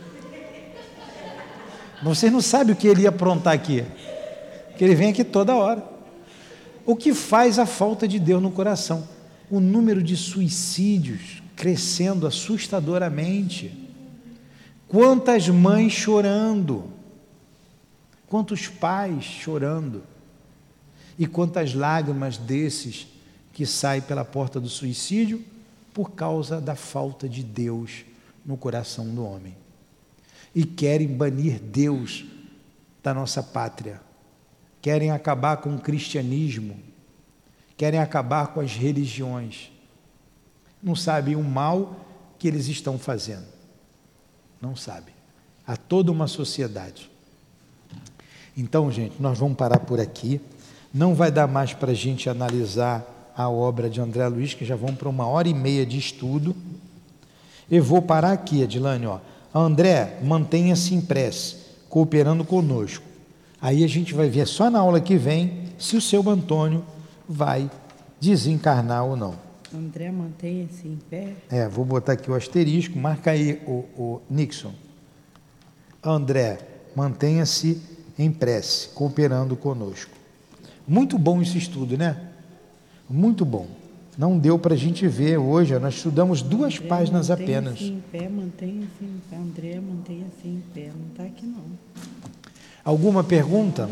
Vocês não sabem o que ele ia aprontar aqui. Que ele vem aqui toda hora. O que faz a falta de Deus no coração? O número de suicídios crescendo assustadoramente. Quantas mães chorando. Quantos pais chorando, e quantas lágrimas desses que saem pela porta do suicídio por causa da falta de Deus no coração do homem. E querem banir Deus da nossa pátria, querem acabar com o cristianismo, querem acabar com as religiões. Não sabem o mal que eles estão fazendo, não sabem. Há toda uma sociedade. Então, gente, nós vamos parar por aqui. Não vai dar mais para a gente analisar a obra de André Luiz, que já vão para 1h30 de estudo. Eu vou parar aqui, Adilane. André, mantenha-se em prece, cooperando conosco. Aí a gente vai ver só na aula que vem se o seu Antônio vai desencarnar ou não. André, mantenha-se em pé. Vou botar aqui o asterisco, marca aí o Nixon. André, mantenha-se em prece, cooperando conosco. Muito bom esse estudo, né? Muito bom. Não deu para a gente ver hoje, nós estudamos 2 André, páginas mantenha apenas. assim em pé, mantenha assim em pé. André, mantenha assim em pé. Não está aqui, não. Alguma pergunta?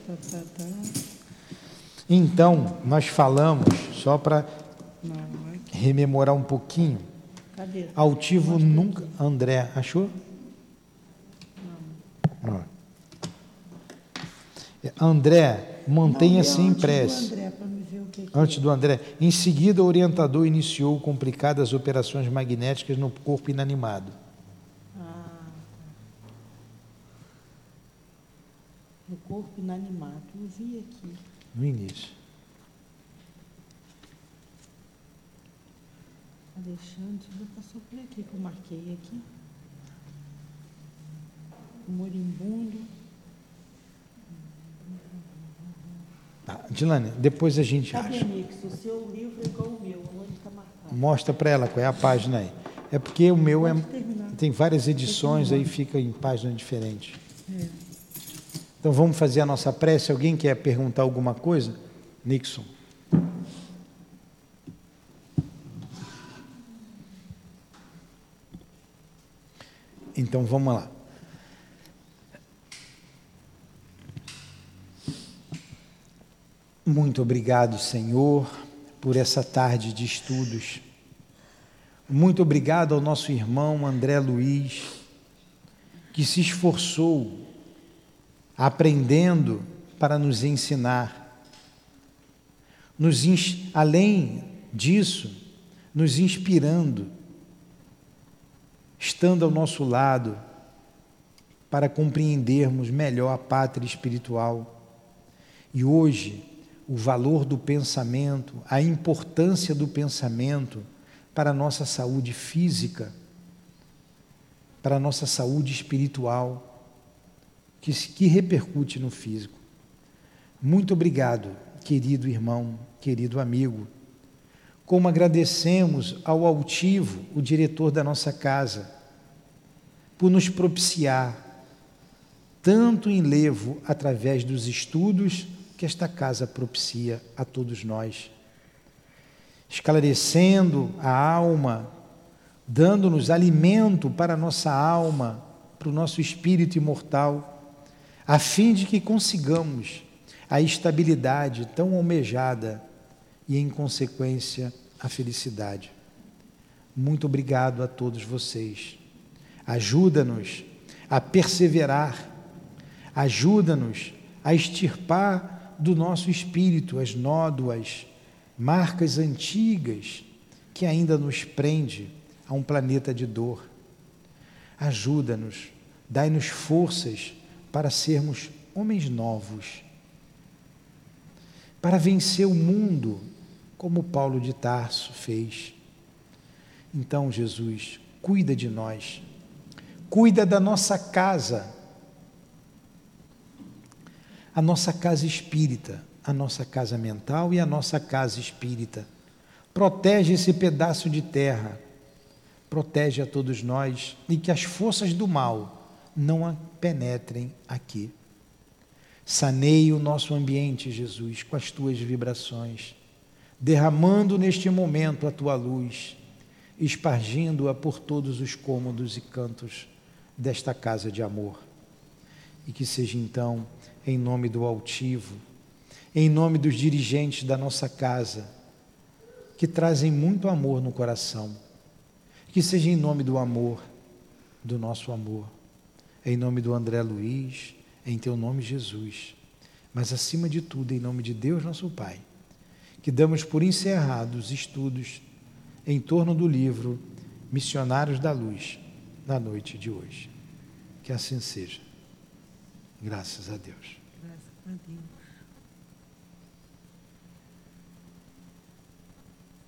Então, nós falamos, só para rememorar um pouquinho, Cadê? altivo nunca... André, achou? Não. André, mantenha-se em prece. André, para me ver o que Antes do André. Em seguida, o orientador iniciou complicadas operações magnéticas no corpo inanimado. No corpo inanimado. Eu vi aqui. No início. Alexandre, já passou por aqui que eu marquei aqui. O moribundo. Tá, Dilane, depois a gente Cadê, acha. Nix? O seu livro é igual o meu, onde está marcado? Mostra para ela qual é a página aí. É porque o meu Pode terminar. tem várias edições, aí fica em páginas diferentes. É. Então vamos fazer a nossa prece. Alguém quer perguntar alguma coisa? Nixon. Então vamos lá. Muito obrigado, Senhor, por essa tarde de estudos. Muito obrigado ao nosso irmão André Luiz, que se esforçou aprendendo para nos ensinar. Além disso, nos inspirando, estando ao nosso lado, para compreendermos melhor a pátria espiritual. E hoje, o valor do pensamento, a importância do pensamento para a nossa saúde física, para a nossa saúde espiritual, que repercute no físico. Muito obrigado, querido irmão, querido amigo. Como agradecemos ao altivo, o diretor da nossa casa, por nos propiciar tanto enlevo através dos estudos que esta casa propicia a todos nós, esclarecendo a alma, dando-nos alimento para a nossa alma, para o nosso espírito imortal, a fim de que consigamos a estabilidade tão almejada e, em consequência, a felicidade. Muito obrigado a todos vocês. Ajuda-nos a perseverar, ajuda-nos a extirpar do nosso espírito as nódoas, marcas antigas que ainda nos prende a um planeta de dor. Ajuda-nos, dai-nos forças para sermos homens novos, para vencer o mundo como Paulo de Tarso fez. Então, Jesus, cuida de nós, cuida da nossa casa, a nossa casa espírita, a nossa casa mental e a nossa casa espírita. Protege esse pedaço de terra, protege a todos nós e que as forças do mal não penetrem aqui. Saneie o nosso ambiente, Jesus, com as tuas vibrações, derramando neste momento a tua luz, espargindo-a por todos os cômodos e cantos desta casa de amor. E que seja então, em nome do altivo, em nome dos dirigentes da nossa casa, que trazem muito amor no coração, que seja em nome do amor, do nosso amor, em nome do André Luiz, em teu nome, Jesus, mas acima de tudo, em nome de Deus nosso Pai, que damos por encerrados os estudos em torno do livro Missionários da Luz, na noite de hoje. Que assim seja. Graças a Deus. Graças a Deus.